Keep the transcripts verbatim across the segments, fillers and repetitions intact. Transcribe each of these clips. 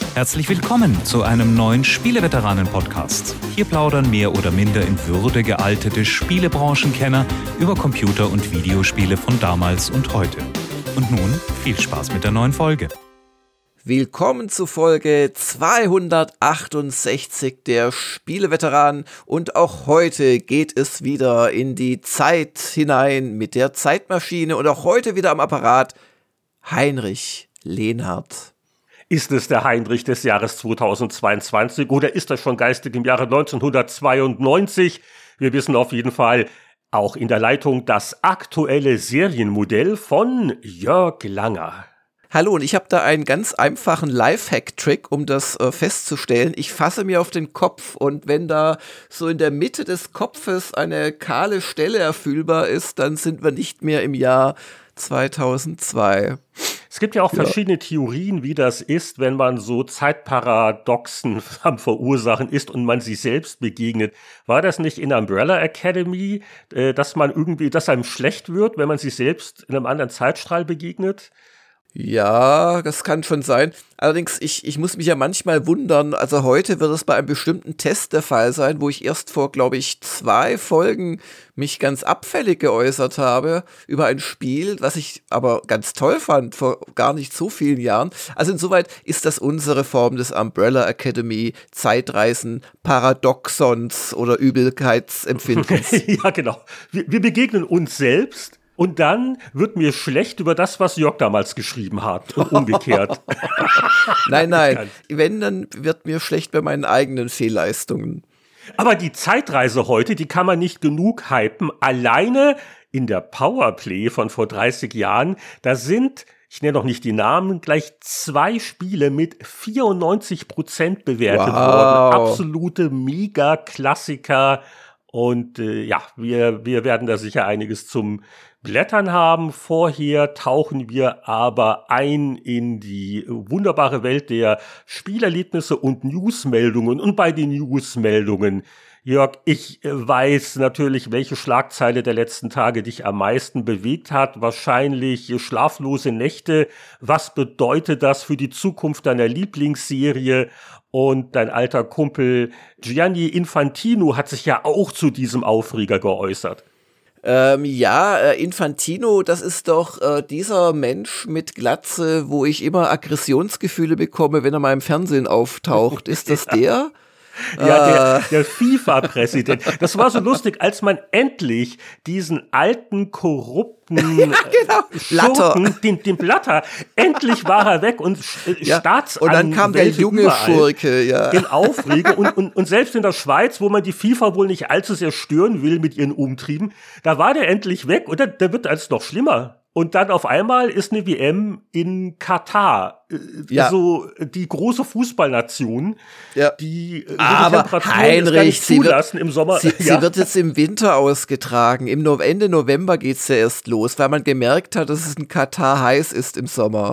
Herzlich willkommen zu einem neuen Spieleveteranen-Podcast. Hier plaudern mehr oder minder in Würde gealtete Spielebranchenkenner über Computer- und Videospiele von damals und heute. Und nun viel Spaß mit der neuen Folge. Willkommen zu Folge zweihundertachtundsechzig der Spieleveteranen und auch heute geht es wieder in die Zeit hinein mit der Zeitmaschine und auch heute wieder am Apparat Heinrich Lehnhardt. Ist es der Heinrich des Jahres zweitausendzweiundzwanzig oder ist das schon geistig im Jahre neunzehnhundertzweiundneunzig? Wir wissen auf jeden Fall auch in der Leitung das aktuelle Serienmodell von Jörg Langer. Hallo, und ich habe da einen ganz einfachen Lifehack-Trick, um das äh, festzustellen. Ich fasse mir auf den Kopf und wenn da so in der Mitte des Kopfes eine kahle Stelle erfüllbar ist, dann sind wir nicht mehr im Jahr zweitausendzwei. Es gibt ja auch Ja. verschiedene Theorien, wie das ist, wenn man so Zeitparadoxen am Verursachen ist und man sich selbst begegnet. War das nicht in Umbrella Academy, äh, dass man irgendwie, dass einem schlecht wird, wenn man sich selbst in einem anderen Zeitstrahl begegnet? Ja, das kann schon sein. Allerdings, ich, ich muss mich ja manchmal wundern, also heute wird es bei einem bestimmten Test der Fall sein, wo ich erst vor, glaube ich, zwei Folgen mich ganz abfällig geäußert habe über ein Spiel, was ich aber ganz toll fand, vor gar nicht so vielen Jahren. Also insoweit ist das unsere Form des Umbrella Academy Zeitreisen, Paradoxons oder Übelkeitsempfindens. Ja, genau. Wir, wir begegnen uns selbst. Und dann wird mir schlecht über das, was Jörg damals geschrieben hat und umgekehrt. Nein, nein, wenn, dann wird mir schlecht bei meinen eigenen Fehlleistungen. Aber die Zeitreise heute, die kann man nicht genug hypen. Alleine in der Powerplay von vor dreißig Jahren, da sind, ich nenne noch nicht die Namen, gleich zwei Spiele mit vierundneunzig Prozent bewertet Wow. worden. Absolute Mega-Klassiker. Und äh, ja, wir, wir werden da sicher einiges zum Blättern haben. Vorher tauchen wir aber ein in die wunderbare Welt der Spielerlebnisse und Newsmeldungen. Und bei den Newsmeldungen, Jörg, ich weiß natürlich, welche Schlagzeile der letzten Tage dich am meisten bewegt hat. Wahrscheinlich schlaflose Nächte. Was bedeutet das für die Zukunft deiner Lieblingsserie? Und dein alter Kumpel Gianni Infantino hat sich ja auch zu diesem Aufreger geäußert. Ähm, ja, äh, Infantino, das ist doch äh, dieser Mensch mit Glatze, wo ich immer Aggressionsgefühle bekomme, wenn er mal im Fernsehen auftaucht. Ist das der? Ja, der, der FIFA-Präsident. Das war so lustig, als man endlich diesen alten, korrupten Ja, genau. Schurken, den, den Blatter, endlich war er weg und äh, Ja, Staatsanwälte und dann kam der junge überall Schurke, ja. in Aufregung. Und, und, und selbst in der Schweiz, wo man die FIFA wohl nicht allzu sehr stören will mit ihren Umtrieben, da war der endlich weg und der, der wird als noch schlimmer. Und dann auf einmal ist eine W M in Katar, äh, Ja. so die große Fußballnation, Ja. die, äh, Aber die Temperaturen Heinrich, es gar nicht sie wird- zulassen im Sommer. Sie, ja. sie wird jetzt im Winter ausgetragen. Im no- Ende November geht's ja erst los, weil man gemerkt hat, dass es in Katar heiß ist im Sommer.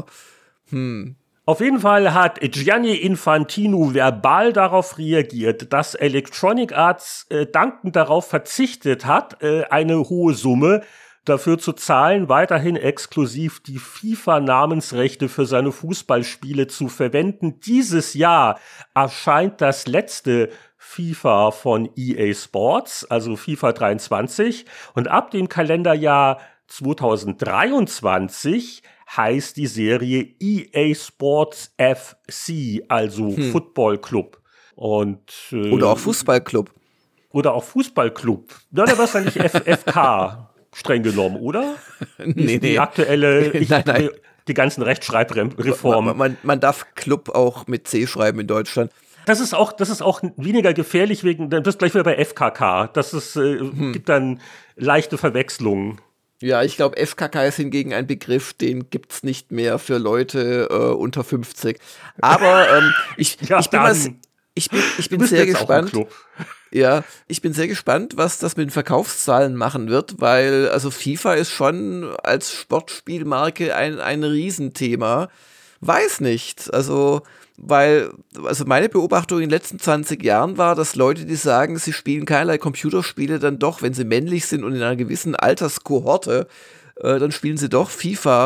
Auf jeden Fall hat Gianni Infantino verbal darauf reagiert, dass Electronic Arts äh, dankend darauf verzichtet hat, äh, eine hohe Summe dafür zu zahlen, weiterhin exklusiv die FIFA-Namensrechte für seine Fußballspiele zu verwenden. Dieses Jahr erscheint das letzte FIFA von E A Sports, also FIFA dreiundzwanzig. Und ab dem Kalenderjahr zweitausenddreiundzwanzig heißt die Serie E A Sports F C, also Hm. Football Club. Und, äh, Oder auch Fußballclub. Oder auch Fußballclub. Na, da war es dann nicht F F K streng genommen, oder? Nee, Die nee. aktuelle, ich, Nein, nein. die ganzen Rechtschreibreformen. Man, man, man darf Club auch mit C schreiben in Deutschland. Das ist auch, das ist auch weniger gefährlich wegen, dann bist du gleich wieder bei F K K. Das ist, äh, Hm. gibt dann leichte Verwechslungen. Ja, ich glaube, F K K ist hingegen ein Begriff, den gibt's nicht mehr für Leute äh, unter fünfzig. Aber ähm, ich, Ja, ich bin mal, dann. ich bin, ich bin Du bist sehr jetzt auch im gespannt. Club. Ja, ich bin sehr gespannt, was das mit den Verkaufszahlen machen wird, weil also FIFA ist schon als Sportspielmarke ein, ein Riesenthema. Weiß nicht, also weil, also meine Beobachtung in den letzten zwanzig Jahren war, dass Leute, die sagen, sie spielen keinerlei Computerspiele, dann doch, wenn sie männlich sind und in einer gewissen Alterskohorte, äh, dann spielen sie doch FIFA.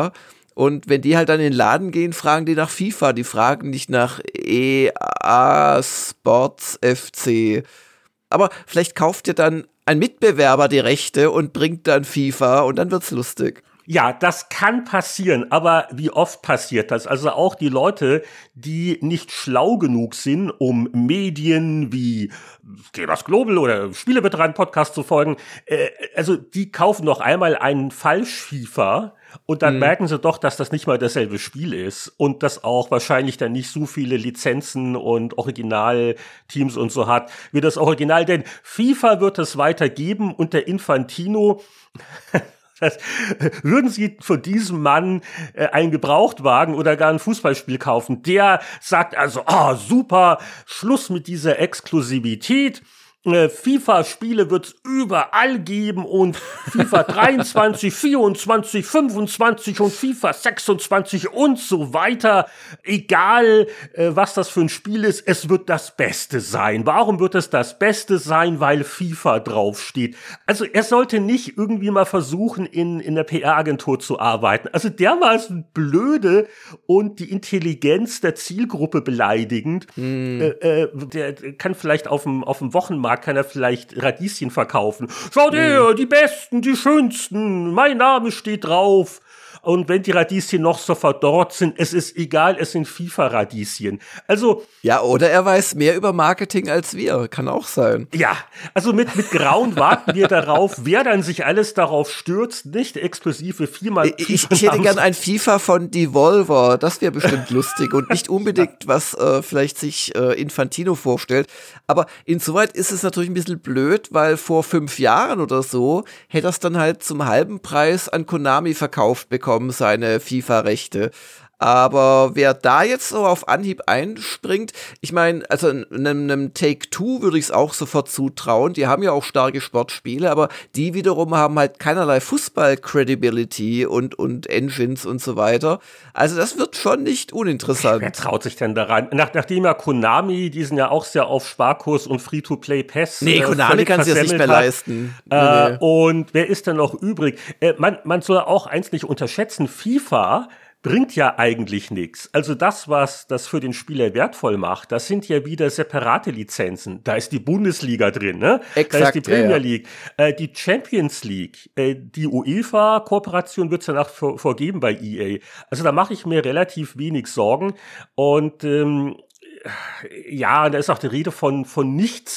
Und wenn die halt dann in den Laden gehen, fragen die nach FIFA. Die fragen nicht nach E A Sports F C. Aber vielleicht kauft ihr dann ein Mitbewerber die Rechte und bringt dann FIFA und dann wird's lustig. Ja, das kann passieren, aber wie oft passiert das? Also auch die Leute, die nicht schlau genug sind, um Medien wie Gamers Global oder Spieleveteranen-Podcast zu folgen, äh, also die kaufen noch einmal einen Falsch-FIFA und dann mhm. merken sie doch, dass das nicht mal dasselbe Spiel ist und dass auch wahrscheinlich dann nicht so viele Lizenzen und Originalteams und so hat wie das Original, denn FIFA wird es weitergeben und der Infantino Das, würden Sie von diesem Mann äh, einen Gebrauchtwagen oder gar ein Fußballspiel kaufen? Der sagt also, ah, oh, super, Schluss mit dieser Exklusivität. Äh, FIFA-Spiele wird's überall geben und FIFA dreiundzwanzig, vierundzwanzig, fünfundzwanzig und FIFA sechsundzwanzig und so weiter. Egal, äh, was das für ein Spiel ist, es wird das Beste sein. Warum wird es das Beste sein? Weil FIFA draufsteht. Also er sollte nicht irgendwie mal versuchen, in, in der P R-Agentur zu arbeiten. Also dermaßen blöde und die Intelligenz der Zielgruppe beleidigend. Mm. Äh, äh, der kann vielleicht auf dem, auf dem Wochenmarkt kann er vielleicht Radieschen verkaufen. Schaut her, mhm. die Besten, die Schönsten, mein Name steht drauf. Und wenn die Radieschen noch so verdorrt sind, es ist egal, es sind FIFA-Radieschen. Also ja, oder er weiß mehr über Marketing als wir, kann auch sein. Ja, also mit mit Grauen warten wir darauf, wer dann sich alles darauf stürzt, nicht exklusive FIFA. Ich, ich, ich hätte gern ein FIFA von Devolver, das wäre bestimmt lustig und nicht unbedingt, was äh, vielleicht sich äh, Infantino vorstellt. Aber insoweit ist es natürlich ein bisschen blöd, weil vor fünf Jahren oder so hätte er es dann halt zum halben Preis an Konami verkauft bekommen, seine FIFA-Rechte. Aber wer da jetzt so auf Anhieb einspringt, ich meine, also einem, einem Take-Two würde ich es auch sofort zutrauen. Die haben ja auch starke Sportspiele, aber die wiederum haben halt keinerlei Fußball-Credibility und, und Engines und so weiter. Also das wird schon nicht uninteressant. Wer traut sich denn daran? Nach, nachdem ja Konami, die sind ja auch sehr auf Sparkurs und Free-to-Play-Pass. Nee, äh, Konami kann sich das nicht mehr hat. leisten. Äh, nee. Und wer ist denn noch übrig? Äh, man, man soll auch eins nicht unterschätzen, FIFA bringt ja eigentlich nichts. Also das, was das für den Spieler wertvoll macht, das sind ja wieder separate Lizenzen. Da ist die Bundesliga drin, ne? Exakt, da ist die Premier ja, ja. League, äh, die Champions League, äh, die UEFA-Kooperation wird es danach vor, vorgeben bei E A. Also da mache ich mir relativ wenig Sorgen und ähm, ja, da ist auch die Rede von von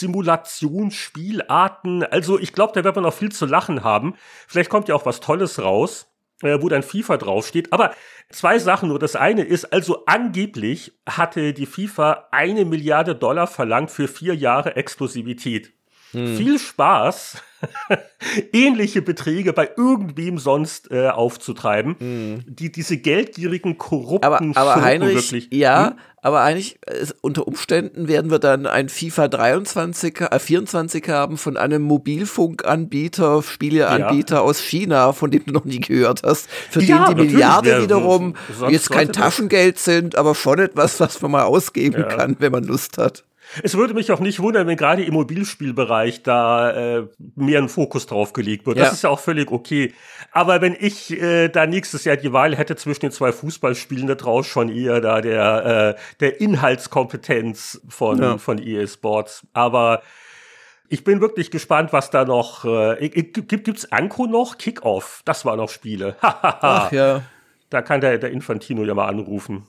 Nicht-Simulationsspielarten. Also ich glaube, da wird man noch viel zu lachen haben. Vielleicht kommt ja auch was Tolles raus, äh, wo dann FIFA draufsteht. Aber zwei Sachen nur. Das eine ist, also angeblich hatte die FIFA eine Milliarde Dollar verlangt für vier Jahre Exklusivität. Hm. Viel Spaß, ähnliche Beträge bei irgendwem sonst äh, aufzutreiben. Hm. Die diese geldgierigen, korrupten aber, aber Heinrich, wirklich. Ja, hm? aber eigentlich äh, unter Umständen werden wir dann ein FIFA dreiundzwanzig, äh, vierundzwanzig haben von einem Mobilfunkanbieter, Spieleanbieter ja. aus China, von dem du noch nie gehört hast, für ja, den die Milliarde ja, wiederum jetzt kein Taschengeld sind, aber schon etwas, was man mal ausgeben ja. kann, wenn man Lust hat. Es würde mich auch nicht wundern, wenn gerade im Mobilspielbereich da äh, mehr ein Fokus drauf gelegt wird. Das ja. ist ja auch völlig okay. Aber wenn ich äh, da nächstes Jahr die Wahl hätte zwischen den zwei Fußballspielen, da traue ich schon eher da der, äh, der Inhaltskompetenz von, ja. von E A Sports. Aber ich bin wirklich gespannt, was da noch äh, gibt. Gibt's Anko noch? Kickoff, das waren noch Spiele. Ach ja. Da kann der, der Infantino ja mal anrufen.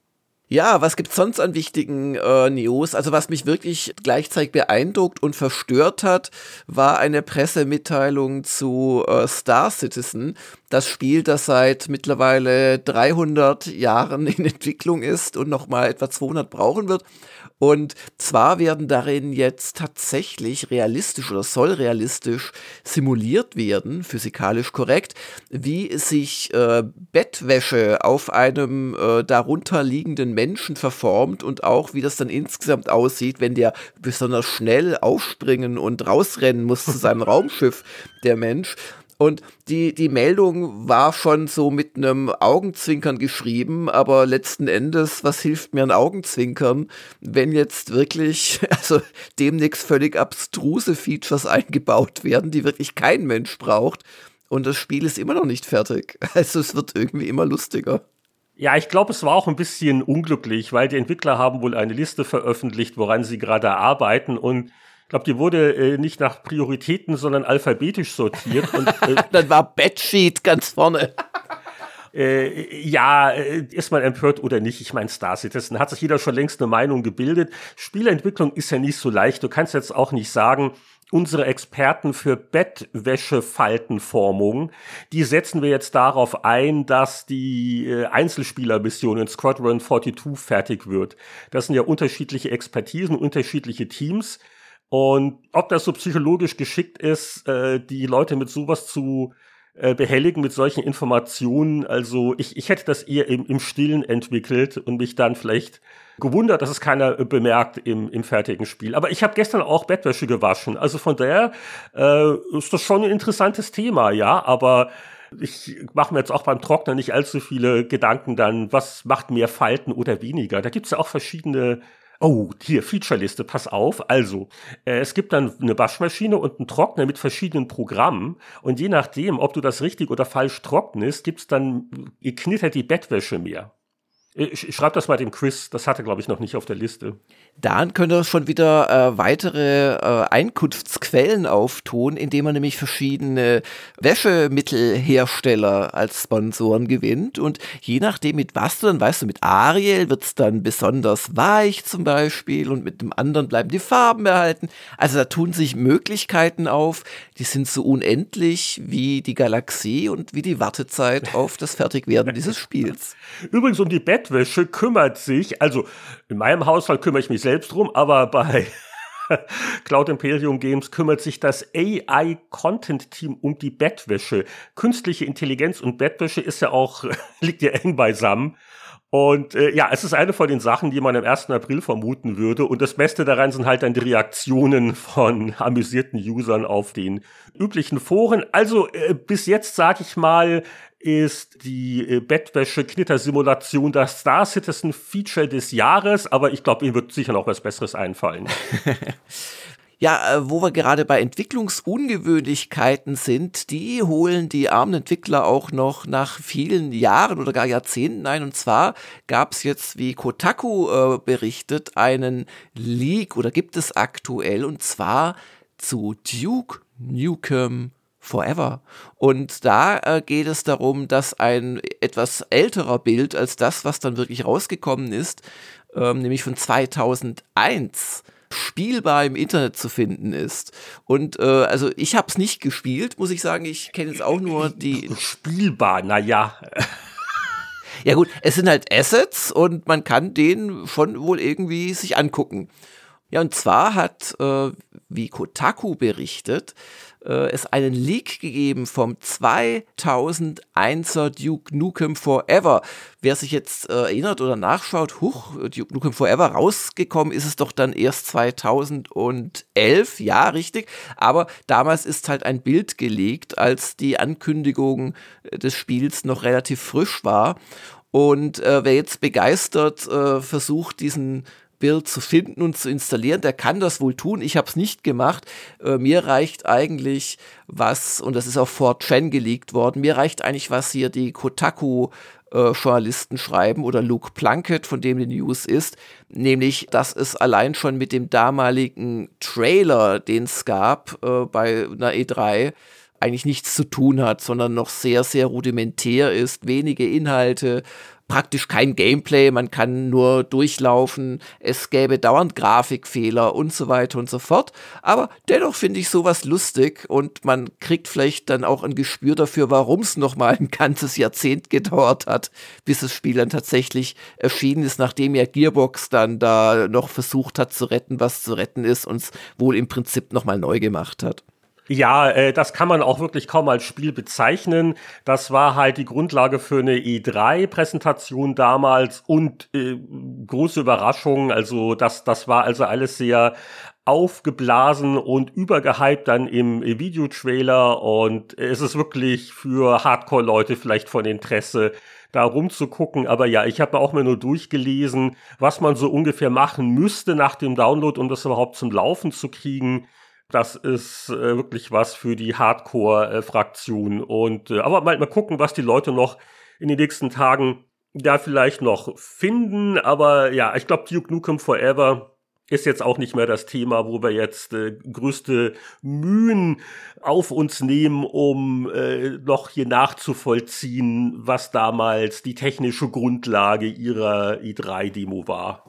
Ja, was gibt's sonst an wichtigen äh, News? Also was mich wirklich gleichzeitig beeindruckt und verstört hat, war eine Pressemitteilung zu äh, Star Citizen, das Spiel, das seit mittlerweile dreihundert Jahren in Entwicklung ist und noch mal etwa zweihundert brauchen wird. Und zwar werden darin jetzt tatsächlich realistisch oder soll realistisch simuliert werden, physikalisch korrekt, wie sich äh, Bettwäsche auf einem äh, darunter liegenden Menschen verformt und auch wie das dann insgesamt aussieht, wenn der besonders schnell aufspringen und rausrennen muss zu seinem Raumschiff, der Mensch. Und die, die Meldung war schon so mit einem Augenzwinkern geschrieben, aber letzten Endes, was hilft mir ein Augenzwinkern, wenn jetzt wirklich, also demnächst völlig abstruse Features eingebaut werden, die wirklich kein Mensch braucht. und das Spiel ist immer noch nicht fertig. Also es wird irgendwie immer lustiger. Ja, ich glaube, es war auch ein bisschen unglücklich, weil die Entwickler haben wohl eine Liste veröffentlicht, woran sie gerade arbeiten, und ich glaube, die wurde äh, nicht nach Prioritäten, sondern alphabetisch sortiert. Und äh, dann war Bedsheet ganz vorne. Äh, ja, ist man empört oder nicht? Ich meine, Star Citizen, hat sich jeder schon längst eine Meinung gebildet. Spieleentwicklung ist ja nicht so leicht. Du kannst jetzt auch nicht sagen, unsere Experten für Bettwäschefaltenformung, die setzen wir jetzt darauf ein, dass die äh, Einzelspielermission in Squadron zweiundvierzig fertig wird. Das sind ja unterschiedliche Expertisen, unterschiedliche Teams. Und ob das so psychologisch geschickt ist, äh, die Leute mit sowas zu behelligen, mit solchen Informationen, also ich, ich hätte das eher im, im Stillen entwickelt und mich dann vielleicht gewundert, dass es keiner bemerkt im, im fertigen Spiel. Aber ich habe gestern auch Bettwäsche gewaschen, also von daher äh, ist das schon ein interessantes Thema, ja, aber ich mache mir jetzt auch beim Trocknen nicht allzu viele Gedanken dann, was macht mehr Falten oder weniger. Da gibt's ja auch verschiedene. Oh, hier, Featureliste, pass auf. Also, äh, es gibt dann eine Waschmaschine und einen Trockner mit verschiedenen Programmen. Und je nachdem, ob du das richtig oder falsch trocknest, gibt's dann, knittert die Bettwäsche mehr. Ich, ich schreib das mal dem Chris, das hatte, glaube ich, noch nicht auf der Liste. Dann könnt ihr schon wieder äh, weitere äh, Einkunftsquellen auftun, indem man nämlich verschiedene Wäschemittelhersteller als Sponsoren gewinnt. Und je nachdem, mit was du dann, weißt du, mit Ariel wird's dann besonders weich zum Beispiel und mit dem anderen bleiben die Farben erhalten. Also da tun sich Möglichkeiten auf, die sind so unendlich wie die Galaxie und wie die Wartezeit auf das Fertigwerden dieses Spiels. Übrigens, um die Bettwäsche kümmert sich, also in meinem Haushalt kümmere ich mich selbst drum, aber bei Cloud Imperium Games kümmert sich das A I-Content-Team um die Bettwäsche. Künstliche Intelligenz und Bettwäsche ist ja auch, liegt ja eng beisammen. Und äh, ja, es ist eine von den Sachen, die man am ersten April vermuten würde. Und das Beste daran sind halt dann die Reaktionen von amüsierten Usern auf den üblichen Foren. Also äh, bis jetzt, sag ich mal, ist die äh, Bettwäsche-Knitter-Simulation das Star Citizen Feature des Jahres. Aber ich glaube, Ihnen wird sicher noch was Besseres einfallen. Ja, äh, wo wir gerade bei Entwicklungsungewöhnlichkeiten sind, die holen die armen Entwickler auch noch nach vielen Jahren oder gar Jahrzehnten ein. Und zwar gab es jetzt, wie Kotaku äh, berichtet, einen Leak oder gibt es aktuell, und zwar zu Duke Nukem Forever. Und da äh, geht es darum, dass ein etwas älterer Bild als das, was dann wirklich rausgekommen ist, ähm, nämlich von zweitausendeins, spielbar im Internet zu finden ist. Und äh, also ich habe es nicht gespielt, muss ich sagen. Ich kenne jetzt auch nur die... Spielbar, naja. Ja gut, es sind halt Assets und man kann den schon wohl irgendwie sich angucken. Ja, und zwar hat, äh, wie Kotaku berichtet, äh, es einen Leak gegeben vom zweitausendeiner Duke Nukem Forever. Wer sich jetzt äh, erinnert oder nachschaut, huch, Duke Nukem Forever, rausgekommen ist es doch dann erst zweitausendelf, ja, richtig. Aber damals ist halt ein Bild gelegt, als die Ankündigung des Spiels noch relativ frisch war. Und äh, wer jetzt begeistert äh, versucht, diesen Bild zu finden und zu installieren, der kann das wohl tun. Ich habe es nicht gemacht. Äh, mir reicht eigentlich was, und das ist auf four chan geleakt worden, mir reicht eigentlich, was hier die Kotaku-Journalisten äh, schreiben oder Luke Plunkett, von dem die News ist, nämlich, dass es allein schon mit dem damaligen Trailer, den es gab äh, bei einer E drei, eigentlich nichts zu tun hat, sondern noch sehr, sehr rudimentär ist, wenige Inhalte, praktisch kein Gameplay, man kann nur durchlaufen, es gäbe dauernd Grafikfehler und so weiter und so fort, aber dennoch finde ich sowas lustig und man kriegt vielleicht dann auch ein Gespür dafür, warum es nochmal ein ganzes Jahrzehnt gedauert hat, bis das Spiel dann tatsächlich erschienen ist, nachdem ja Gearbox dann da noch versucht hat zu retten, was zu retten ist, und es wohl im Prinzip nochmal neu gemacht hat. Ja, äh, das kann man auch wirklich kaum als Spiel bezeichnen. Das war halt die Grundlage für eine E drei Präsentation damals und äh, große Überraschung. Also das, das war also alles sehr aufgeblasen und übergehypt dann im Videotrailer, und es ist wirklich für Hardcore-Leute vielleicht von Interesse, da rumzugucken. Aber ja, ich habe auch mal nur durchgelesen, was man so ungefähr machen müsste nach dem Download, um das überhaupt zum Laufen zu kriegen. Das ist äh, wirklich was für die Hardcore-Fraktion. Und äh, aber mal, mal gucken, was die Leute noch in den nächsten Tagen da vielleicht noch finden. Aber ja, ich glaube, Duke Nukem Forever ist jetzt auch nicht mehr das Thema, wo wir jetzt äh, größte Mühen auf uns nehmen, um äh, noch hier nachzuvollziehen, was damals die technische Grundlage ihrer E drei Demo war.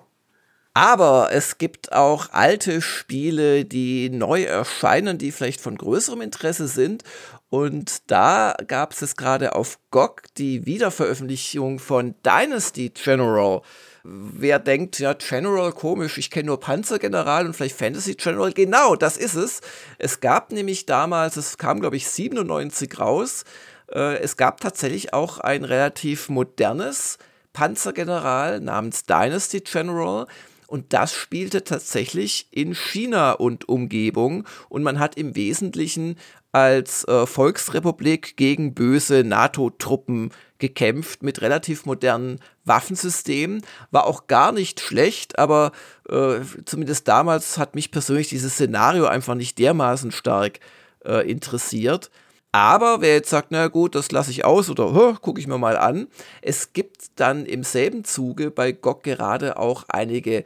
Aber es gibt auch alte Spiele, die neu erscheinen, die vielleicht von größerem Interesse sind. Und da gab es gerade auf G O G die Wiederveröffentlichung von Dynasty General. Wer denkt, ja, General, komisch, ich kenne nur Panzergeneral und vielleicht Fantasy General. Genau, das ist es. Es gab nämlich damals, es kam, glaube ich, siebenundneunzig raus, äh, es gab tatsächlich auch ein relativ modernes Panzergeneral namens Dynasty General. Und das spielte tatsächlich in China und Umgebung. Und man hat im Wesentlichen als äh, Volksrepublik gegen böse NATO-Truppen gekämpft mit relativ modernen Waffensystemen. War auch gar nicht schlecht, aber äh, zumindest damals hat mich persönlich dieses Szenario einfach nicht dermaßen stark äh, interessiert. Aber wer jetzt sagt, na gut, das lasse ich aus oder gucke ich mir mal an, es gibt dann im selben Zuge bei G O G gerade auch einige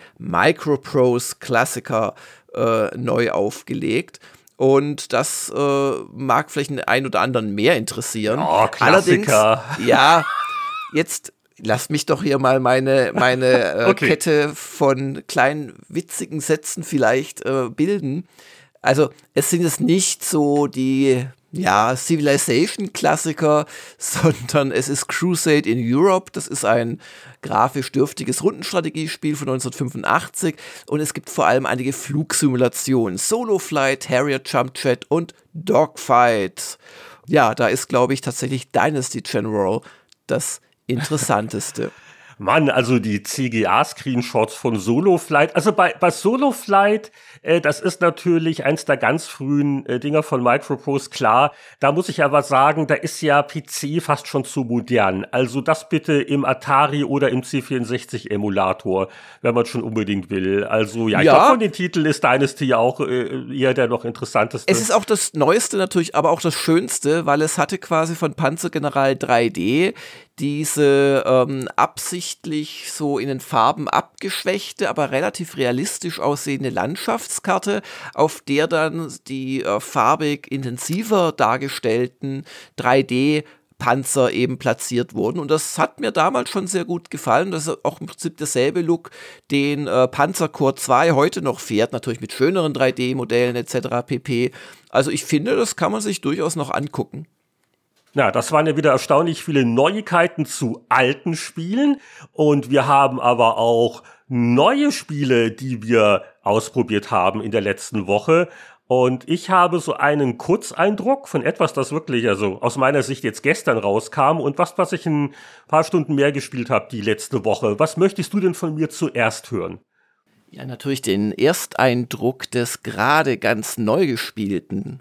Microprose-Klassiker äh, neu aufgelegt. Und das äh, mag vielleicht den einen oder anderen mehr interessieren. Oh, Klassiker. Allerdings, ja, jetzt lass mich doch hier mal meine, meine äh, okay. Kette von kleinen witzigen Sätzen vielleicht äh, bilden. Also es sind es nicht so die ja, Civilization-Klassiker, sondern es ist Crusade in Europe. Das ist ein grafisch dürftiges Rundenstrategiespiel von neunzehnhundertfünfundachtzig und es gibt vor allem einige Flugsimulationen. Solo Flight, Harrier Jump Jet und Dogfight. Ja, da ist, glaube ich, tatsächlich Dynasty General das Interessanteste. Mann, also die C G A-Screenshots von Solo Flight, also bei, bei Solo Flight, äh, das ist natürlich eins der ganz frühen äh, Dinger von Microprose, klar. Da muss ich aber sagen, da ist ja P C fast schon zu modern. Also das bitte im Atari oder im C vierundsechzig-Emulator, wenn man schon unbedingt will. Also ja, ich ja. glaube, von den Titeln ist Dynasty auch äh, eher der noch interessanteste. Es ist auch das Neueste natürlich, aber auch das Schönste, weil es hatte quasi von Panzergeneral drei D diese ähm, absichtlich so in den Farben abgeschwächte, aber relativ realistisch aussehende Landschaftskarte, auf der dann die äh, farbig intensiver dargestellten drei D Panzer eben platziert wurden. Und das hat mir damals schon sehr gut gefallen. Das ist auch im Prinzip derselbe Look, den äh, Panzerkorps zwei heute noch fährt, natürlich mit schöneren drei D Modellen et cetera pp. Also ich finde, das kann man sich durchaus noch angucken. Ja, das waren ja wieder erstaunlich viele Neuigkeiten zu alten Spielen und wir haben aber auch neue Spiele, die wir ausprobiert haben in der letzten Woche. Und ich habe so einen Kurzeindruck von etwas, das wirklich, also aus meiner Sicht jetzt gestern rauskam und was, was ich ein paar Stunden mehr gespielt habe die letzte Woche. Was möchtest du denn von mir zuerst hören? Ja, natürlich den Ersteindruck des gerade ganz neu gespielten.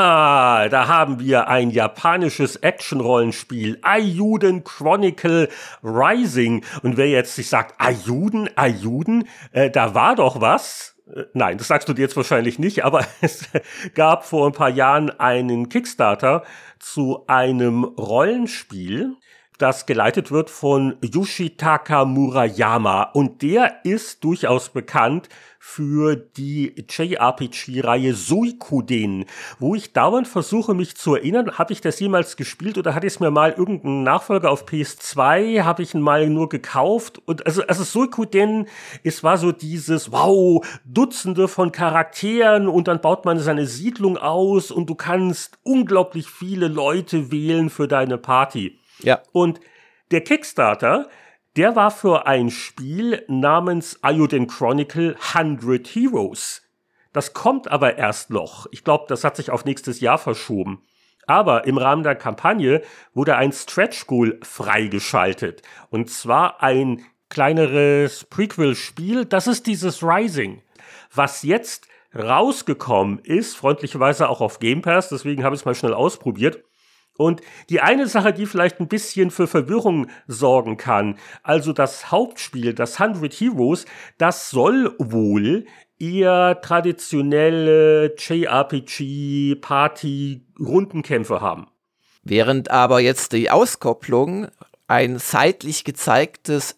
Ah, da haben wir ein japanisches Action-Rollenspiel, Ayuden Chronicle Rising. Und wer jetzt sich sagt, Ayuden, Ayuden, äh, da war doch was. Äh, nein, das sagst du dir jetzt wahrscheinlich nicht, aber es gab vor ein paar Jahren einen Kickstarter zu einem Rollenspiel, das geleitet wird von Yoshitaka Murayama. Und der ist durchaus bekannt für die J R P G-Reihe Suikoden, wo ich dauernd versuche, mich zu erinnern, habe ich das jemals gespielt oder hatte ich es mir mal irgendeinen Nachfolger auf P S zwei, habe ich ihn mal nur gekauft und also, also Suikoden, es war so dieses, wow, Dutzende von Charakteren und dann baut man seine Siedlung aus und du kannst unglaublich viele Leute wählen für deine Party. Ja. Und der Kickstarter, der war für ein Spiel namens Ayuden Chronicle hundred Heroes. Das kommt aber erst noch. Ich glaube, das hat sich auf nächstes Jahr verschoben. Aber im Rahmen der Kampagne wurde ein Stretch Goal freigeschaltet. Und zwar ein kleineres Prequel-Spiel. Das ist dieses Rising. Was jetzt rausgekommen ist, freundlicherweise auch auf Game Pass, deswegen habe ich es mal schnell ausprobiert. Und die eine Sache, die vielleicht ein bisschen für Verwirrung sorgen kann, also das Hauptspiel, das hundred Heroes, das soll wohl eher traditionelle J R P G-Party-Rundenkämpfe haben. Während aber jetzt die Auskopplung ein seitlich gezeigtes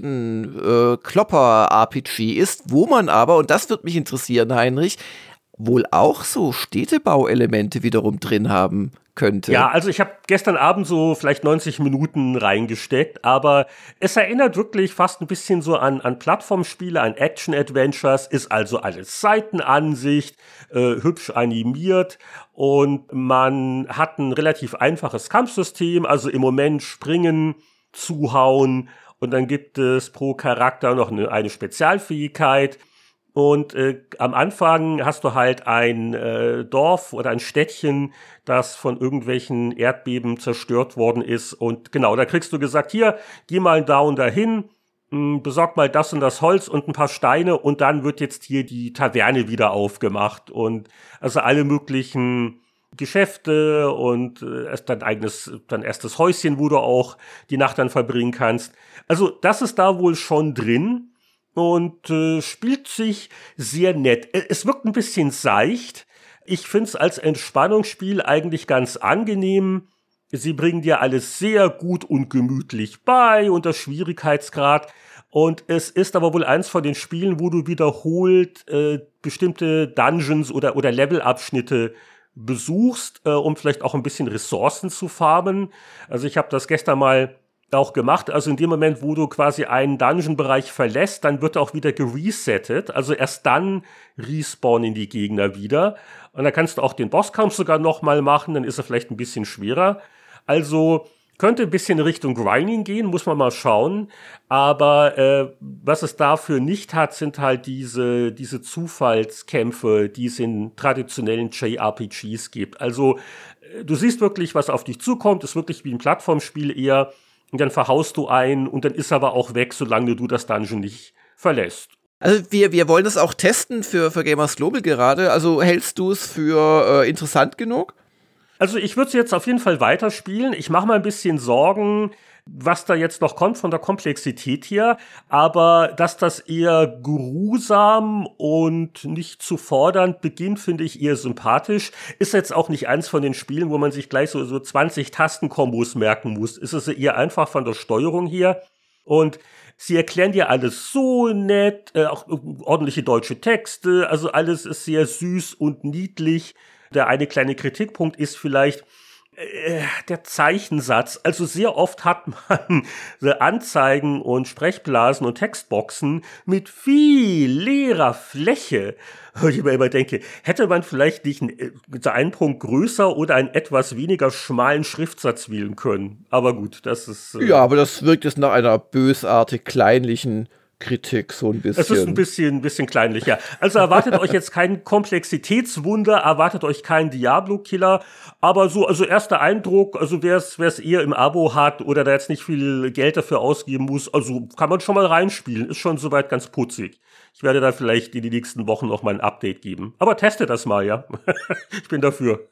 Action-Klopper-R P G ist, wo man aber, und das wird mich interessieren, Heinrich, wohl auch so Städtebauelemente wiederum drin haben könnte. Ja, also ich habe gestern Abend so vielleicht neunzig Minuten reingesteckt, aber es erinnert wirklich fast ein bisschen so an, an Plattformspiele, an Action-Adventures, ist also alles Seitenansicht, äh, hübsch animiert und man hat ein relativ einfaches Kampfsystem, also im Moment springen, zuhauen und dann gibt es pro Charakter noch eine, eine Spezialfähigkeit. Und äh, am Anfang hast du halt ein äh, Dorf oder ein Städtchen, das von irgendwelchen Erdbeben zerstört worden ist. Und genau, da kriegst du gesagt, hier, geh mal da und dahin, mh, besorg mal das und das Holz und ein paar Steine und dann wird jetzt hier die Taverne wieder aufgemacht. Und also alle möglichen Geschäfte und äh, erst dein eigenes, dein erstes Häuschen, wo du auch die Nacht dann verbringen kannst. Also das ist da wohl schon drin. Und äh, spielt sich sehr nett. Es wirkt ein bisschen seicht. Ich find's als Entspannungsspiel eigentlich ganz angenehm. Sie bringen dir alles sehr gut und gemütlich bei, unter Schwierigkeitsgrad. Und es ist aber wohl eins von den Spielen, wo du wiederholt äh, bestimmte Dungeons oder, oder Levelabschnitte besuchst, äh, um vielleicht auch ein bisschen Ressourcen zu farmen. Also ich habe das gestern mal auch gemacht, also in dem Moment, wo du quasi einen Dungeon-Bereich verlässt, dann wird er auch wieder geresettet, also erst dann respawnen die Gegner wieder und dann kannst du auch den Bosskampf sogar nochmal machen, dann ist er vielleicht ein bisschen schwerer, also könnte ein bisschen in Richtung Grinding gehen, muss man mal schauen, aber äh, was es dafür nicht hat, sind halt diese, diese Zufallskämpfe, die es in traditionellen J R P Gs gibt, also äh, du siehst wirklich, was auf dich zukommt, ist wirklich wie ein Plattformspiel eher. Und dann verhaust du einen und dann ist er aber auch weg, solange du das Dungeon nicht verlässt. Also wir, wir wollen das auch testen für, für Gamers Global gerade. Also hältst du es für äh, interessant genug? Also ich würde es jetzt auf jeden Fall weiterspielen. Ich mache mal ein bisschen Sorgen, was da jetzt noch kommt von der Komplexität her. Aber dass das eher geruhsam und nicht zu fordernd beginnt, finde ich eher sympathisch. Ist jetzt auch nicht eins von den Spielen, wo man sich gleich so, so zwanzig Tastenkombos merken muss. Ist es eher einfach von der Steuerung her. Und sie erklären dir alles so nett, äh, auch ordentliche deutsche Texte. Also alles ist sehr süß und niedlich. Der eine kleine Kritikpunkt ist vielleicht äh, der Zeichensatz. Also sehr oft hat man so Anzeigen und Sprechblasen und Textboxen mit viel leerer Fläche. Wo ich mir immer denke, hätte man vielleicht nicht einen, einen Punkt größer oder einen etwas weniger schmalen Schriftsatz wählen können. Aber gut, das ist... Äh, ja, aber das wirkt jetzt nach einer bösartig kleinlichen Kritik so ein bisschen. Es ist ein bisschen, ein bisschen kleinlich, ja. Also erwartet euch jetzt kein Komplexitätswunder, erwartet euch keinen Diablo-Killer, aber so, also erster Eindruck, also wer es, wer es eher im Abo hat oder da jetzt nicht viel Geld dafür ausgeben muss, also kann man schon mal reinspielen, ist schon soweit ganz putzig. Ich werde da vielleicht in den nächsten Wochen noch mal ein Update geben. Aber teste das mal, ja. Ich bin dafür.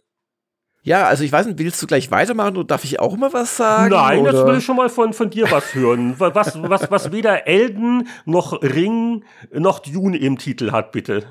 Ja, also ich weiß nicht, willst du gleich weitermachen oder darf ich auch mal was sagen? Nein, oder? Jetzt will ich schon mal von, von dir was hören. Was, was, was weder Elden noch Ring noch Dune im Titel hat, bitte.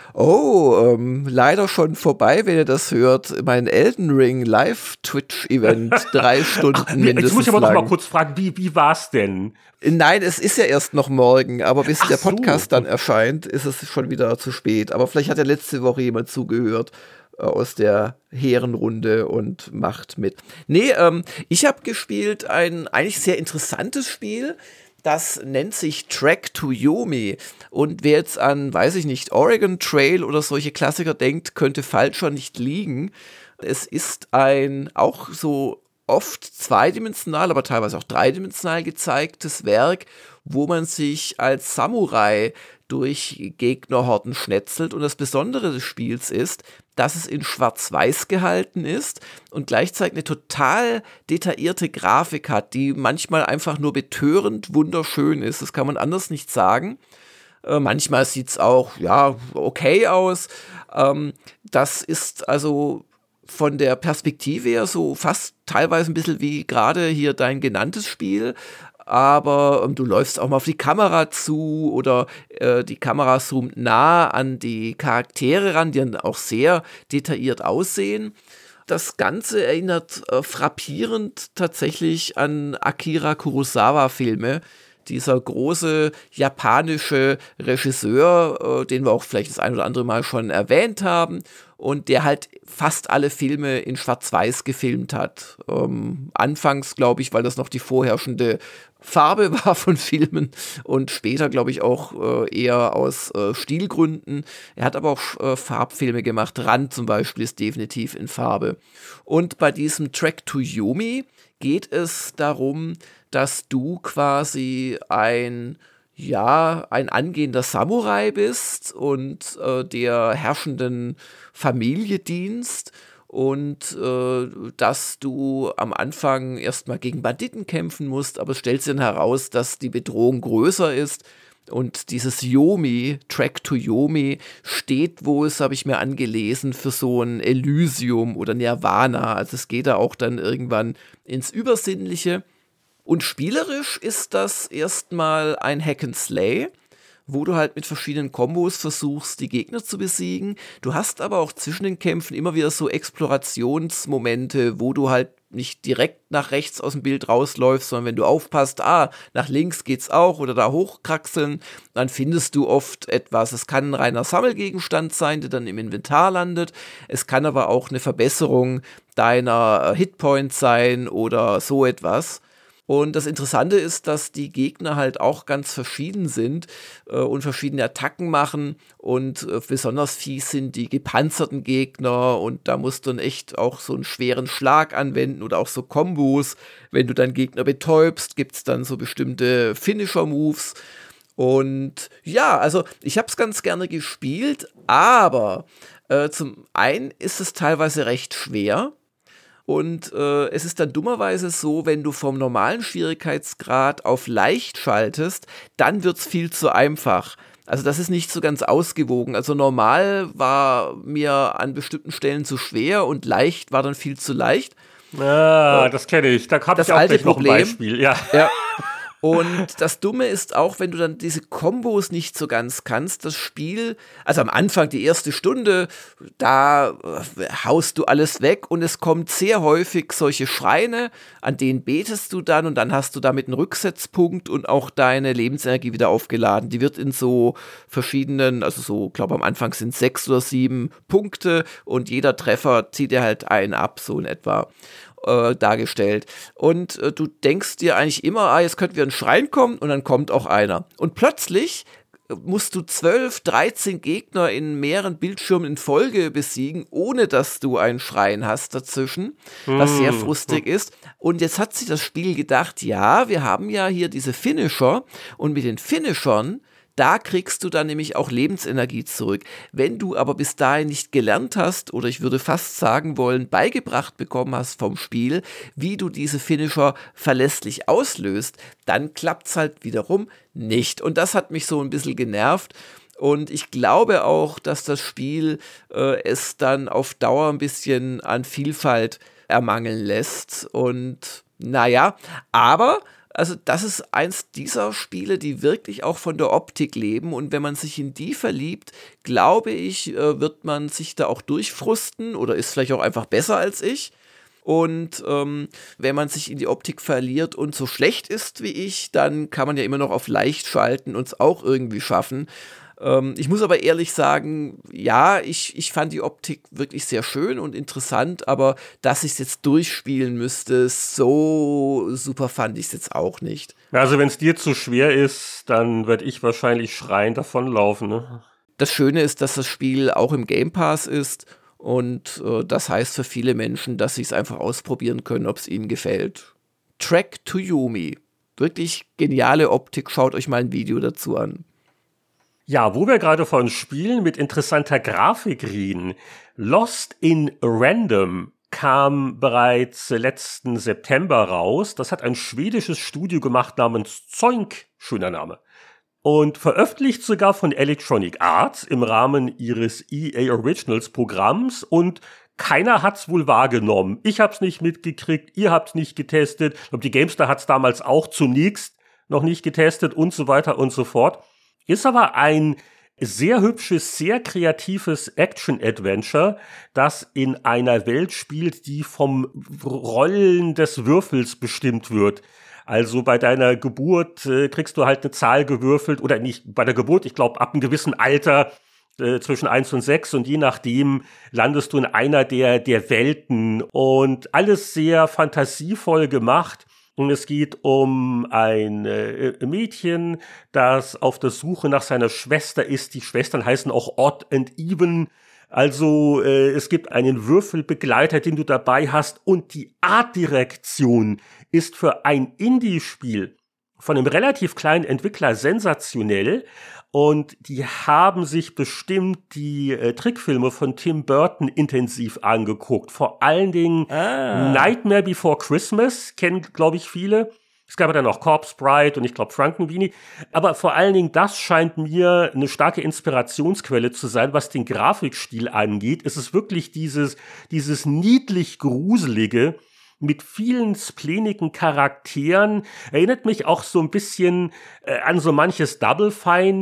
Oh, ähm, leider schon vorbei, wenn ihr das hört. Mein Elden Ring Live-Twitch-Event, drei Stunden Ach, mindestens Jetzt muss ich aber lang. noch mal kurz fragen, wie, wie war's denn? Nein, es ist ja erst noch morgen, aber bis Ach der so. Podcast dann erscheint, ist es schon wieder zu spät. Aber vielleicht hat ja letzte Woche jemand zugehört aus der Herrenrunde und macht mit. Nee, ähm, ich habe gespielt ein eigentlich sehr interessantes Spiel, das nennt sich Trek to Yomi. Und wer jetzt an, weiß ich nicht, Oregon Trail oder solche Klassiker denkt, könnte falscher nicht liegen. Es ist ein auch so oft zweidimensional, aber teilweise auch dreidimensional gezeigtes Werk, wo man sich als Samurai durch Gegnerhorden schnetzelt. Und das Besondere des Spiels ist, dass es in Schwarz-Weiß gehalten ist und gleichzeitig eine total detaillierte Grafik hat, die manchmal einfach nur betörend wunderschön ist. Das kann man anders nicht sagen. Äh, manchmal sieht es auch, ja, okay aus. Ähm, das ist also von der Perspektive her so fast teilweise ein bisschen wie gerade hier dein genanntes Spiel. Aber ähm, du läufst auch mal auf die Kamera zu oder äh, die Kamera zoomt nah an die Charaktere ran, die dann auch sehr detailliert aussehen. Das Ganze erinnert äh, frappierend tatsächlich an Akira Kurosawa-Filme. Dieser große japanische Regisseur, äh, den wir auch vielleicht das ein oder andere Mal schon erwähnt haben und der halt fast alle Filme in Schwarz-Weiß gefilmt hat. Ähm, anfangs, glaube ich, weil das noch die vorherrschende Farbe war von Filmen und später, glaube ich, auch äh, eher aus äh, Stilgründen. Er hat aber auch äh, Farbfilme gemacht. Rand zum Beispiel ist definitiv in Farbe. Und bei diesem Track to Yomi geht es darum, dass du quasi ein, ja, ein angehender Samurai bist und äh, der herrschenden Familie dienst und äh, dass du am Anfang erstmal gegen Banditen kämpfen musst, aber es stellt sich dann heraus, dass die Bedrohung größer ist. Und dieses Yomi, Track to Yomi, steht wohl, das habe ich mir angelesen, für so ein Elysium oder Nirvana. Also es geht da auch dann irgendwann ins Übersinnliche. Und spielerisch ist das erstmal ein Hack and Slay, wo du halt mit verschiedenen Kombos versuchst, die Gegner zu besiegen. Du hast aber auch zwischen den Kämpfen immer wieder so Explorationsmomente, wo du halt nicht direkt nach rechts aus dem Bild rausläufst, sondern wenn du aufpasst, ah, nach links geht's auch oder da hochkraxeln, dann findest du oft etwas. Es kann ein reiner Sammelgegenstand sein, der dann im Inventar landet. Es kann aber auch eine Verbesserung deiner Hitpoints sein oder so etwas. Und das Interessante ist, dass die Gegner halt auch ganz verschieden sind äh, und verschiedene Attacken machen und äh, besonders fies sind die gepanzerten Gegner und da musst du dann echt auch so einen schweren Schlag anwenden oder auch so Kombos. Wenn du deinen Gegner betäubst, gibt es dann so bestimmte Finisher-Moves. Und ja, also ich habe es ganz gerne gespielt, aber äh, zum einen ist es teilweise recht schwer. Und äh, es ist dann dummerweise so, wenn du vom normalen Schwierigkeitsgrad auf leicht schaltest, dann wird es viel zu einfach. Also das ist nicht so ganz ausgewogen. Also normal war mir an bestimmten Stellen zu schwer und leicht war dann viel zu leicht. Ah, äh, das kenne ich. Da habe ich auch gleich noch ein Beispiel. Ja. ja. Und das Dumme ist auch, wenn du dann diese Kombos nicht so ganz kannst, das Spiel, also am Anfang, die erste Stunde, da haust du alles weg und es kommt sehr häufig solche Schreine, an denen betest du dann und dann hast du damit einen Rücksetzpunkt und auch deine Lebensenergie wieder aufgeladen. Die wird in so verschiedenen, also so, glaube am Anfang sind sechs oder sieben Punkte und jeder Treffer zieht dir halt einen ab, so in etwa. Äh, dargestellt. Und äh, du denkst dir eigentlich immer, ah, jetzt könnten wir in einen Schrein kommen und dann kommt auch einer. Und plötzlich musst du zwölf, dreizehn Gegner in mehreren Bildschirmen in Folge besiegen, ohne dass du einen Schrein hast dazwischen, was sehr frustig ist. Und jetzt hat sich das Spiel gedacht, ja, wir haben ja hier diese Finisher und mit den Finishern da kriegst du dann nämlich auch Lebensenergie zurück. Wenn du aber bis dahin nicht gelernt hast, oder ich würde fast sagen wollen, beigebracht bekommen hast vom Spiel, wie du diese Finisher verlässlich auslöst, dann klappt's halt wiederum nicht. Und das hat mich so ein bisschen genervt. Und ich glaube auch, dass das Spiel äh, es dann auf Dauer ein bisschen an Vielfalt ermangeln lässt. Und naja, aber also das ist eins dieser Spiele, die wirklich auch von der Optik leben und wenn man sich in die verliebt, glaube ich, wird man sich da auch durchfrusten oder ist vielleicht auch einfach besser als ich. Und ähm, wenn man sich in die Optik verliert und so schlecht ist wie ich, dann kann man ja immer noch auf leicht schalten und es auch irgendwie schaffen. Ähm, ich muss aber ehrlich sagen, ja, ich, ich fand die Optik wirklich sehr schön und interessant, aber dass ich es jetzt durchspielen müsste, so super fand ich es jetzt auch nicht. Also wenn es dir zu schwer ist, dann werde ich wahrscheinlich schreiend davonlaufen, ne? Das Schöne ist, dass das Spiel auch im Game Pass ist und äh, das heißt für viele Menschen, dass sie es einfach ausprobieren können, ob es ihnen gefällt. Track to Yomi. Wirklich geniale Optik, schaut euch mal ein Video dazu an. Ja, wo wir gerade von Spielen mit interessanter Grafik reden. Lost in Random kam bereits letzten September raus. Das hat ein schwedisches Studio gemacht namens Zoink, schöner Name. Und veröffentlicht sogar von Electronic Arts im Rahmen ihres E A Originals Programms und keiner hat's wohl wahrgenommen. Ich hab's nicht mitgekriegt, ihr habt's nicht getestet. Ich glaube, die GameStar hat's damals auch zunächst noch nicht getestet und so weiter und so fort. Ist aber ein sehr hübsches, sehr kreatives Action-Adventure, das in einer Welt spielt, die vom Rollen des Würfels bestimmt wird. Also bei deiner Geburt äh, kriegst du halt eine Zahl gewürfelt, oder nicht bei der Geburt, ich glaube ab einem gewissen Alter, äh, zwischen eins und sechs, und je nachdem landest du in einer der, der Welten, und alles sehr fantasievoll gemacht. Und es geht um ein äh, Mädchen, das auf der Suche nach seiner Schwester ist. Die Schwestern heißen auch Odd and Even. Also äh, es gibt einen Würfelbegleiter, den du dabei hast. Und die Artdirektion ist für ein Indie-Spiel von einem relativ kleinen Entwickler sensationell. Und die haben sich bestimmt die äh, Trickfilme von Tim Burton intensiv angeguckt. Vor allen Dingen ah. Nightmare Before Christmas, kennen, glaube ich, viele. Es gab ja dann auch Corpse Bride und ich glaube Frankenweenie. Aber vor allen Dingen, das scheint mir eine starke Inspirationsquelle zu sein, was den Grafikstil angeht. Es ist wirklich dieses, dieses niedlich Gruselige mit vielen spleenigen Charakteren. Erinnert mich auch so ein bisschen äh, an so manches Double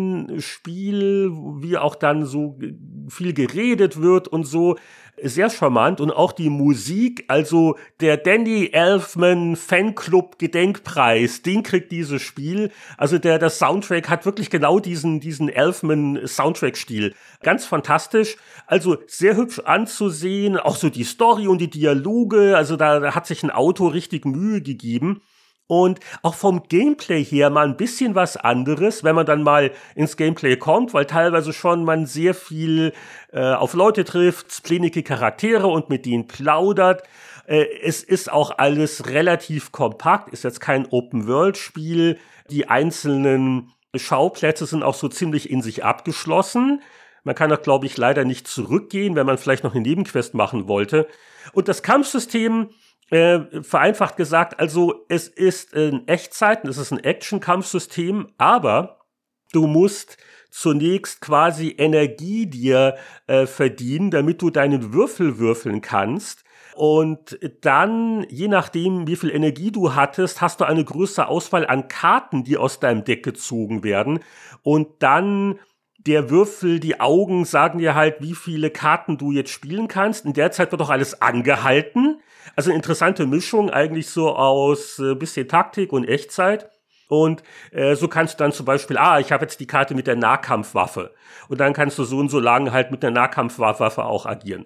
Fine-Spiel, wie auch dann so viel geredet wird und so. Sehr charmant. Und auch die Musik, also der Danny Elfman Fanclub Gedenkpreis, den kriegt dieses Spiel. Also der, der Soundtrack hat wirklich genau diesen, diesen Elfman Soundtrack-Stil. Ganz fantastisch. Also sehr hübsch anzusehen. Auch so die Story und die Dialoge. Also da, da hat sich ein Autor richtig Mühe gegeben. Und auch vom Gameplay her mal ein bisschen was anderes, wenn man dann mal ins Gameplay kommt, weil teilweise schon man sehr viel äh, auf Leute trifft, spleenige Charaktere und mit denen plaudert. Äh, es ist auch alles relativ kompakt, ist jetzt kein Open-World-Spiel. Die einzelnen Schauplätze sind auch so ziemlich in sich abgeschlossen. Man kann auch, glaube ich, leider nicht zurückgehen, wenn man vielleicht noch eine Nebenquest machen wollte. Und das Kampfsystem, Äh, vereinfacht gesagt, also es ist in Echtzeit, es ist ein Action-Kampfsystem, aber du musst zunächst quasi Energie dir äh, verdienen, damit du deinen Würfel würfeln kannst. Und dann, je nachdem, wie viel Energie du hattest, hast du eine größere Auswahl an Karten, die aus deinem Deck gezogen werden. Und dann der Würfel, die Augen sagen dir halt, wie viele Karten du jetzt spielen kannst. In der Zeit wird auch alles angehalten. Also eine interessante Mischung eigentlich so aus äh, bisschen Taktik und Echtzeit. Und äh, so kannst du dann zum Beispiel, ah, ich habe jetzt die Karte mit der Nahkampfwaffe. Und dann kannst du so und so lange halt mit der Nahkampfwaffe auch agieren.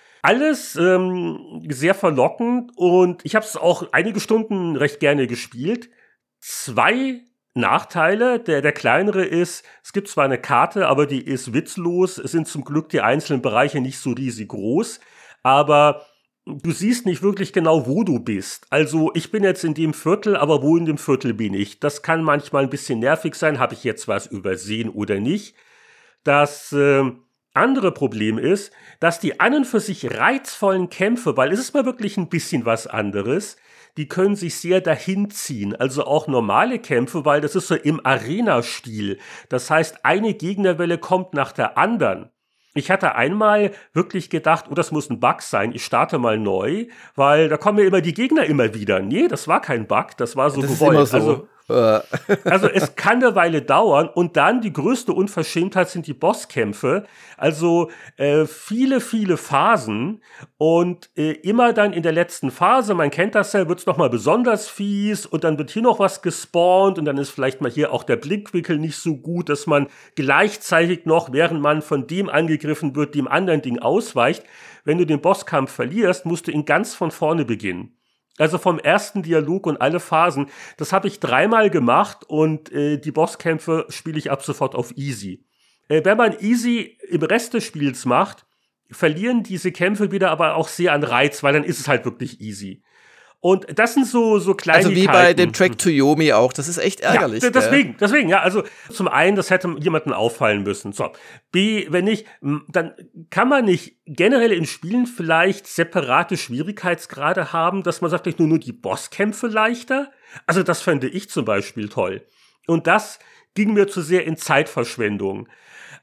Alles ähm, sehr verlockend, und ich habe es auch einige Stunden recht gerne gespielt. Zwei Nachteile, der, der kleinere ist, es gibt zwar eine Karte, aber die ist witzlos. Es sind zum Glück die einzelnen Bereiche nicht so riesig groß, aber du siehst nicht wirklich genau, wo du bist. Also ich bin jetzt in dem Viertel, aber wo in dem Viertel bin ich? Das kann manchmal ein bisschen nervig sein. Habe ich jetzt was übersehen oder nicht? Das äh, andere Problem ist, dass die an und für sich reizvollen Kämpfe, weil es ist mal wirklich ein bisschen was anderes, die können sich sehr dahin ziehen. Also auch normale Kämpfe, weil das ist so im Arena-Stil. Das heißt, eine Gegnerwelle kommt nach der anderen. Ich hatte einmal wirklich gedacht, oh, das muss ein Bug sein, ich starte mal neu, weil da kommen ja immer die Gegner immer wieder. Nee, das war kein Bug, das war so das gewollt. Ist immer so. Also, also es kann eine Weile dauern, und dann die größte Unverschämtheit sind die Bosskämpfe. Also äh, viele, viele Phasen, und äh, immer dann in der letzten Phase, man kennt das ja, wird's noch mal besonders fies, und dann wird hier noch was gespawnt, und dann ist vielleicht mal hier auch der Blickwinkel nicht so gut, dass man gleichzeitig noch, während man von dem angegriffen wird, dem anderen Ding ausweicht. Wenn du den Bosskampf verlierst, musst du ihn ganz von vorne beginnen. Also vom ersten Dialog und alle Phasen. Das habe ich dreimal gemacht, und äh, die Bosskämpfe spiele ich ab sofort auf Easy. Äh, wenn man Easy im Rest des Spiels macht, verlieren diese Kämpfe wieder aber auch sehr an Reiz, weil dann ist es halt wirklich easy. Und das sind so, so Kleinigkeiten. Also wie bei dem Track to Yomi auch. Das ist echt ärgerlich. Ja, deswegen, deswegen, ja. Also zum einen, das hätte jemandem auffallen müssen. So. B, wenn nicht, dann kann man nicht generell in Spielen vielleicht separate Schwierigkeitsgrade haben, dass man sagt, vielleicht nur, nur die Bosskämpfe leichter. Also das fände ich zum Beispiel toll. Und das ging mir zu sehr in Zeitverschwendung.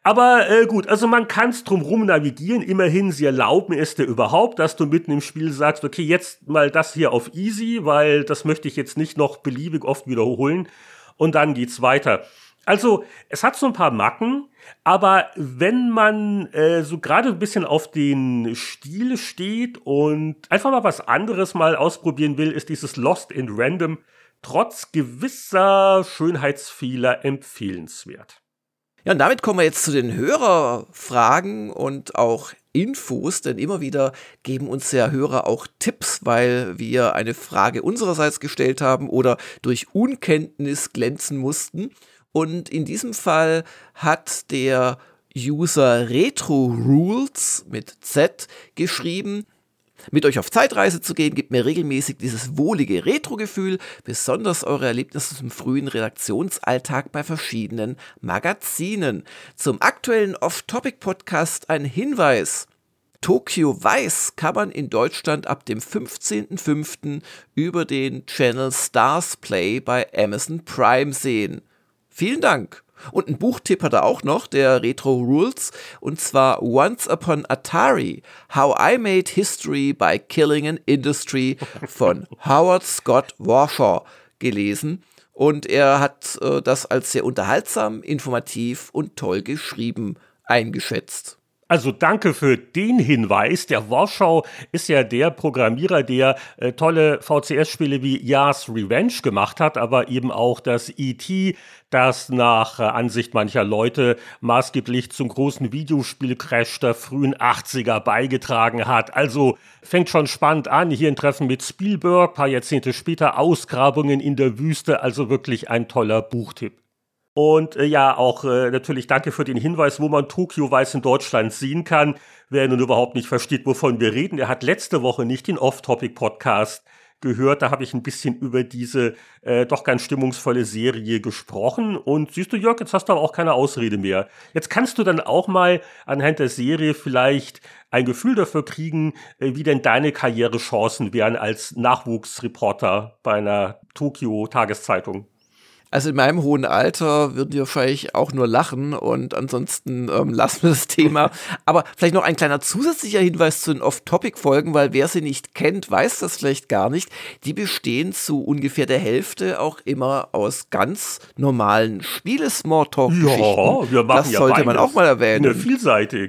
Aber äh, gut, also man kann es drumherum navigieren. Immerhin, sie erlauben es dir überhaupt, dass du mitten im Spiel sagst, okay, jetzt mal das hier auf easy, weil das möchte ich jetzt nicht noch beliebig oft wiederholen. Und dann geht's weiter. Also, es hat so ein paar Macken, aber wenn man äh, so gerade ein bisschen auf den Stil steht und einfach mal was anderes mal ausprobieren will, ist dieses Lost in Random trotz gewisser Schönheitsfehler empfehlenswert. Ja, und damit kommen wir jetzt zu den Hörerfragen und auch Infos, denn immer wieder geben uns ja Hörer auch Tipps, weil wir eine Frage unsererseits gestellt haben oder durch Unkenntnis glänzen mussten. Und in diesem Fall hat der User RetroRules mit Z geschrieben: Mit euch auf Zeitreise zu gehen, gibt mir regelmäßig dieses wohlige Retro-Gefühl, besonders eure Erlebnisse zum frühen Redaktionsalltag bei verschiedenen Magazinen. Zum aktuellen Off-Topic-Podcast ein Hinweis: Tokyo Vice kann man in Deutschland ab dem fünfzehnten fünften über den Channel Stars Play bei Amazon Prime sehen. Vielen Dank. Und einen Buchtipp hat er auch noch, der Retro Rules, und zwar Once Upon Atari, How I Made History by Killing an Industry von Howard Scott Warshaw gelesen. Und er hat äh, das als sehr unterhaltsam, informativ und toll geschrieben eingeschätzt. Also danke für den Hinweis. Der Warschau ist ja der Programmierer, der äh, tolle V C S-Spiele wie Yars Revenge gemacht hat, aber eben auch das E T, das nach äh, Ansicht mancher Leute maßgeblich zum großen Videospielcrash der frühen achtziger beigetragen hat. Also fängt schon spannend an. Hier ein Treffen mit Spielberg, paar Jahrzehnte später Ausgrabungen in der Wüste. Also wirklich ein toller Buchtipp. Und äh, ja, auch äh, natürlich danke für den Hinweis, wo man Tokyo Vice in Deutschland sehen kann. Wer nun überhaupt nicht versteht, wovon wir reden, der hat letzte Woche nicht den Off-Topic-Podcast gehört. Da habe ich ein bisschen über diese äh, doch ganz stimmungsvolle Serie gesprochen. Und siehst du, Jörg, jetzt hast du aber auch keine Ausrede mehr. Jetzt kannst du dann auch mal anhand der Serie vielleicht ein Gefühl dafür kriegen, äh, wie denn deine Karrierechancen wären als Nachwuchsreporter bei einer Tokyo-Tageszeitung. Also in meinem hohen Alter würden die wahrscheinlich auch nur lachen und ansonsten ähm, lassen wir das Thema. Aber vielleicht noch ein kleiner zusätzlicher Hinweis zu den Off-Topic-Folgen, weil wer sie nicht kennt, weiß das vielleicht gar nicht. Die bestehen zu ungefähr der Hälfte auch immer aus ganz normalen Spiele-Smalltalk-Geschichten. Ja, wir machen das ja sollte beides. Man auch mal erwähnen. Ne, vielseitig.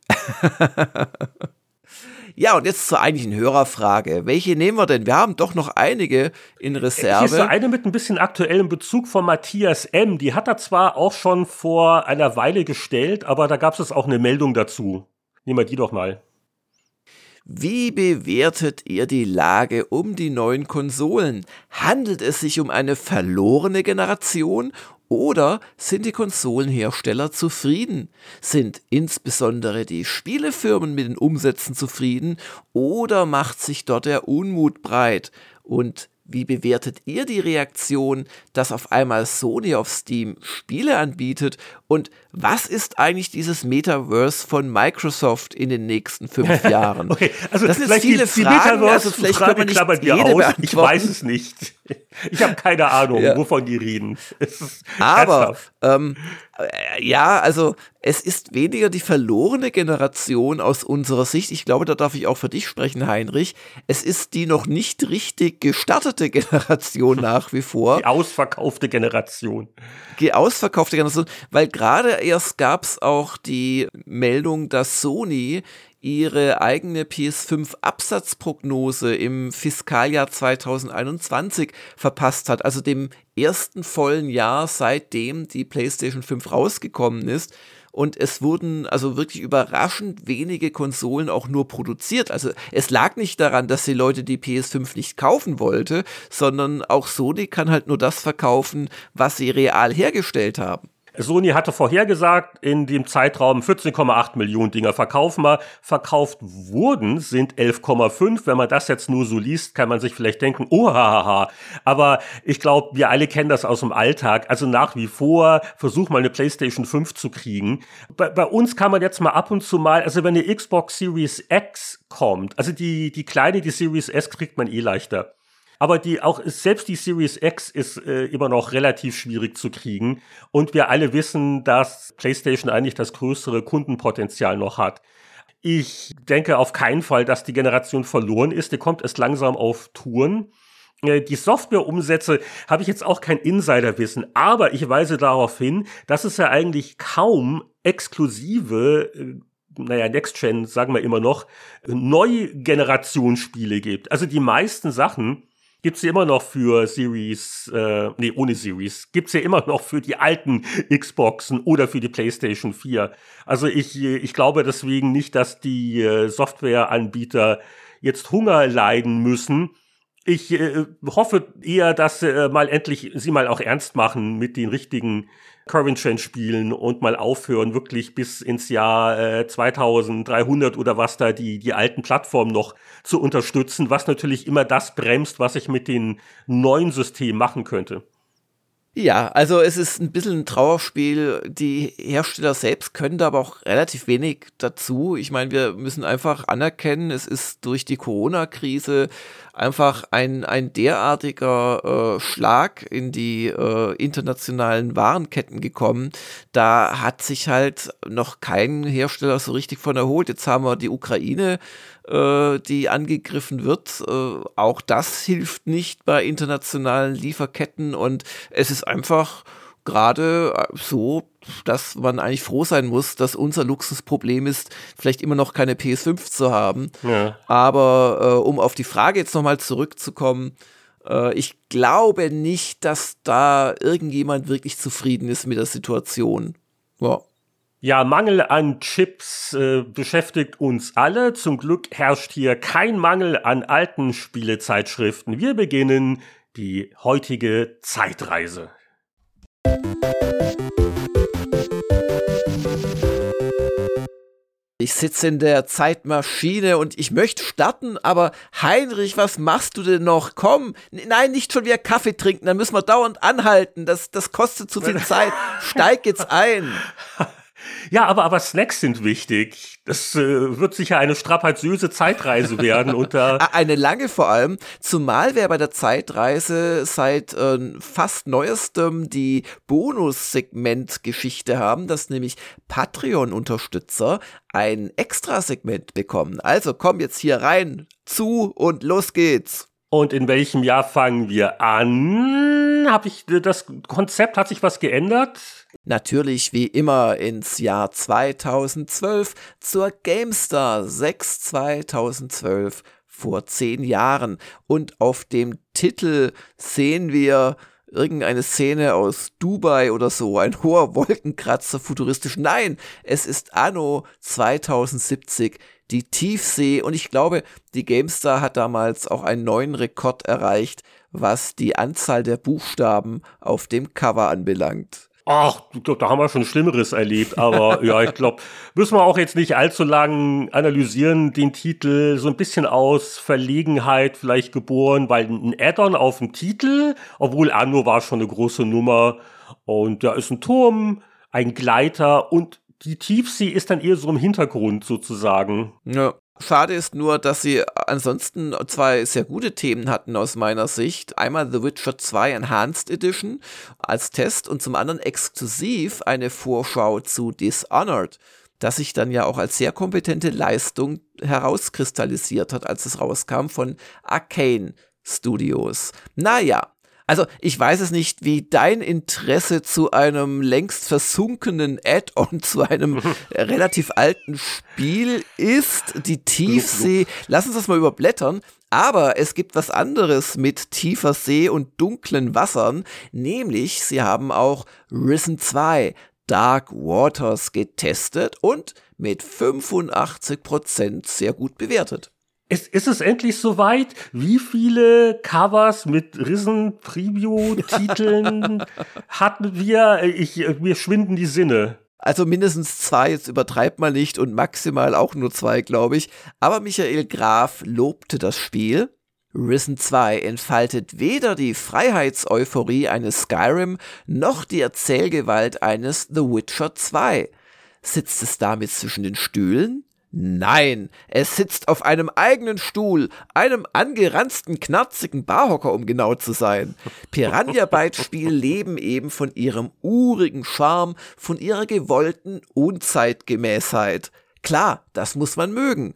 Ja, und jetzt zur eigentlichen Hörerfrage. Welche nehmen wir denn? Wir haben doch noch einige in Reserve. Hier ist so eine mit ein bisschen aktuellem Bezug von Matthias M. Die hat er zwar auch schon vor einer Weile gestellt, aber da gab es auch eine Meldung dazu. Nehmen wir die doch mal. Wie bewertet ihr die Lage um die neuen Konsolen? Handelt es sich um eine verlorene Generation oder sind die Konsolenhersteller zufrieden? Sind insbesondere die Spielefirmen mit den Umsätzen zufrieden oder macht sich dort der Unmut breit? Und wie bewertet ihr die Reaktion, dass auf einmal Sony auf Steam Spiele anbietet? Und was ist eigentlich dieses Metaverse von Microsoft in den nächsten fünf Jahren? Okay, also das sind vielleicht viele die, die Fragen, also vielleicht können wir nicht jede beantworten. Ich weiß es nicht. Ich habe keine Ahnung, ja. wovon die reden. Aber ähm, äh, ja, also es ist weniger die verlorene Generation aus unserer Sicht. Ich glaube, da darf ich auch für dich sprechen, Heinrich. Es ist die noch nicht richtig gestartete Generation nach wie vor. Die ausverkaufte Generation. Die ausverkaufte Generation, weil gerade erst gab es auch die Meldung, dass Sony ihre eigene P S fünf Absatzprognose im Fiskaljahr zwanzig einundzwanzig verpasst hat, also dem ersten vollen Jahr, seitdem die PlayStation fünf rausgekommen ist. Und es wurden also wirklich überraschend wenige Konsolen auch nur produziert. Also es lag nicht daran, dass die Leute die P S fünf nicht kaufen wollte, sondern auch Sony kann halt nur das verkaufen, was sie real hergestellt haben. Sony hatte vorhergesagt, in dem Zeitraum vierzehn Komma acht Millionen Dinger verkaufen wir. Verkauft wurden sind elf Komma fünf. Wenn man das jetzt nur so liest, kann man sich vielleicht denken, oh, hahaha. Aber ich glaube, wir alle kennen das aus dem Alltag. Also nach wie vor, versuch mal eine PlayStation fünf zu kriegen. Bei, bei uns kann man jetzt mal ab und zu mal, also wenn eine Xbox Series X kommt, also die, die kleine, die Series S kriegt man eh leichter. Aber die auch selbst die Series X ist äh, immer noch relativ schwierig zu kriegen. Und wir alle wissen, dass PlayStation eigentlich das größere Kundenpotenzial noch hat. Ich denke auf keinen Fall, dass die Generation verloren ist. Die kommt erst langsam auf Touren. Die Softwareumsätze habe ich jetzt auch kein Insiderwissen, aber ich weise darauf hin, dass es ja eigentlich kaum exklusive, naja, Next-Gen, sagen wir immer noch, Neugenerationsspiele gibt. Also die meisten Sachen gibt's ja immer noch für Series, äh, nee, ohne Series, gibt's ja immer noch für die alten Xboxen oder für die PlayStation vier. Also ich, ich glaube deswegen nicht, dass die äh, Softwareanbieter jetzt Hunger leiden müssen. Ich äh, hoffe eher, dass äh, mal endlich sie mal auch ernst machen mit den richtigen Current-Gen-Spielen und mal aufhören, wirklich bis ins Jahr äh, zweitausenddreihundert oder was da die die alten Plattformen noch zu unterstützen, was natürlich immer das bremst, was ich mit den neuen Systemen machen könnte. Ja, also es ist ein bisschen ein Trauerspiel. Die Hersteller selbst können da aber auch relativ wenig dazu. Ich meine, wir müssen einfach anerkennen, es ist durch die Corona-Krise einfach ein, ein derartiger äh, Schlag in die äh, internationalen Warenketten gekommen. Da hat sich halt noch kein Hersteller so richtig von erholt. Jetzt haben wir die Ukraine, äh, die angegriffen wird. Äh, auch das hilft nicht bei internationalen Lieferketten und es ist einfach gerade so, dass man eigentlich froh sein muss, dass unser Luxusproblem ist, vielleicht immer noch keine P S fünf zu haben. Ja. Aber äh, um auf die Frage jetzt nochmal zurückzukommen, äh, ich glaube nicht, dass da irgendjemand wirklich zufrieden ist mit der Situation. Ja. Ja, Mangel an Chips äh, beschäftigt uns alle. Zum Glück herrscht hier kein Mangel an alten Spielezeitschriften. Wir beginnen die heutige Zeitreise. Ich sitze in der Zeitmaschine und ich möchte starten, aber Heinrich, was machst du denn noch? Komm, nein, nicht schon wieder Kaffee trinken, dann müssen wir dauernd anhalten, das, das kostet zu viel Zeit. Steig jetzt ein. Ja, aber, aber Snacks sind wichtig. Das äh, wird sicher eine strapaziöse Zeitreise werden. Und da eine lange vor allem, zumal wir bei der Zeitreise seit äh, fast neuestem die Bonus-Segment-Geschichte haben, dass nämlich Patreon-Unterstützer ein Extra-Segment bekommen. Also komm jetzt hier rein, zu und los geht's. Und in welchem Jahr fangen wir an? Hab ich, das Konzept, hat sich was geändert? Natürlich wie immer ins Jahr zweitausendzwölf zur GameStar sechs zweitausendzwölf vor zehn Jahren. Und auf dem Titel sehen wir irgendeine Szene aus Dubai oder so, ein hoher Wolkenkratzer futuristisch. Nein, es ist Anno zweitausendsiebzig, die Tiefsee. Und ich glaube, die GameStar hat damals auch einen neuen Rekord erreicht, was die Anzahl der Buchstaben auf dem Cover anbelangt. Ach, da haben wir schon Schlimmeres erlebt, aber ja, ich glaube, müssen wir auch jetzt nicht allzu lang analysieren, den Titel, so ein bisschen aus Verlegenheit vielleicht geboren, weil ein Add-on auf dem Titel, obwohl Anno war schon eine große Nummer und da ist ein Turm, ein Gleiter und die Tiefsee ist dann eher so im Hintergrund sozusagen. Ja. Schade ist nur, dass sie ansonsten zwei sehr gute Themen hatten aus meiner Sicht. Einmal The Witcher zwei Enhanced Edition als Test und zum anderen exklusiv eine Vorschau zu Dishonored, das sich dann ja auch als sehr kompetente Leistung herauskristallisiert hat, als es rauskam von Arcane Studios. Naja. Also ich weiß es nicht, wie dein Interesse zu einem längst versunkenen Add-on zu einem relativ alten Spiel ist. Die Tiefsee, lass uns das mal überblättern. Aber es gibt was anderes mit tiefer See und dunklen Wassern, nämlich sie haben auch Risen zwei Dark Waters getestet und mit fünfundachtzig Prozent sehr gut bewertet. Ist, ist es endlich soweit? Wie viele Covers mit Risen-Preview-Titeln hatten wir? Ich, mir schwinden die Sinne. Also mindestens zwei, jetzt übertreibt man nicht und maximal auch nur zwei, glaube ich. Aber Michael Graf lobte das Spiel. Risen zwei entfaltet weder die Freiheitseuphorie eines Skyrim noch die Erzählgewalt eines The Witcher zwei. Sitzt es damit zwischen den Stühlen? Nein, es sitzt auf einem eigenen Stuhl, einem angeranzten, knarzigen Barhocker, um genau zu sein. Piranha Bytes Spiele leben eben von ihrem urigen Charme, von ihrer gewollten Unzeitgemäßheit. Klar, das muss man mögen.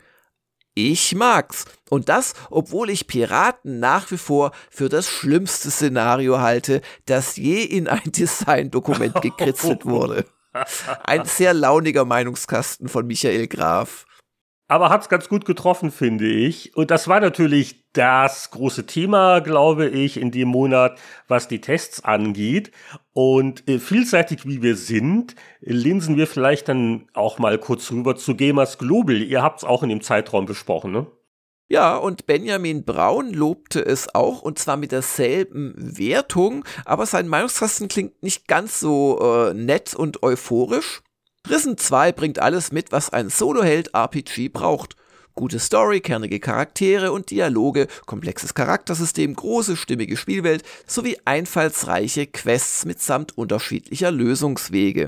Ich mag's. Und das, obwohl ich Piraten nach wie vor für das schlimmste Szenario halte, das je in ein Designdokument gekritzelt wurde. Ein sehr launiger Meinungskasten von Michael Graf. Aber hat's ganz gut getroffen, finde ich. Und das war natürlich das große Thema, glaube ich, in dem Monat, was die Tests angeht. Und äh, vielseitig wie wir sind, linsen wir vielleicht dann auch mal kurz rüber zu Gamers Global. Ihr habt's auch in dem Zeitraum besprochen, ne? Ja, und Benjamin Braun lobte es auch, und zwar mit derselben Wertung, aber sein Meinungskasten klingt nicht ganz so äh, nett und euphorisch. Risen zwei bringt alles mit, was ein Solo-Held-R P G braucht. Gute Story, kernige Charaktere und Dialoge, komplexes Charaktersystem, große, stimmige Spielwelt sowie einfallsreiche Quests mitsamt unterschiedlicher Lösungswege.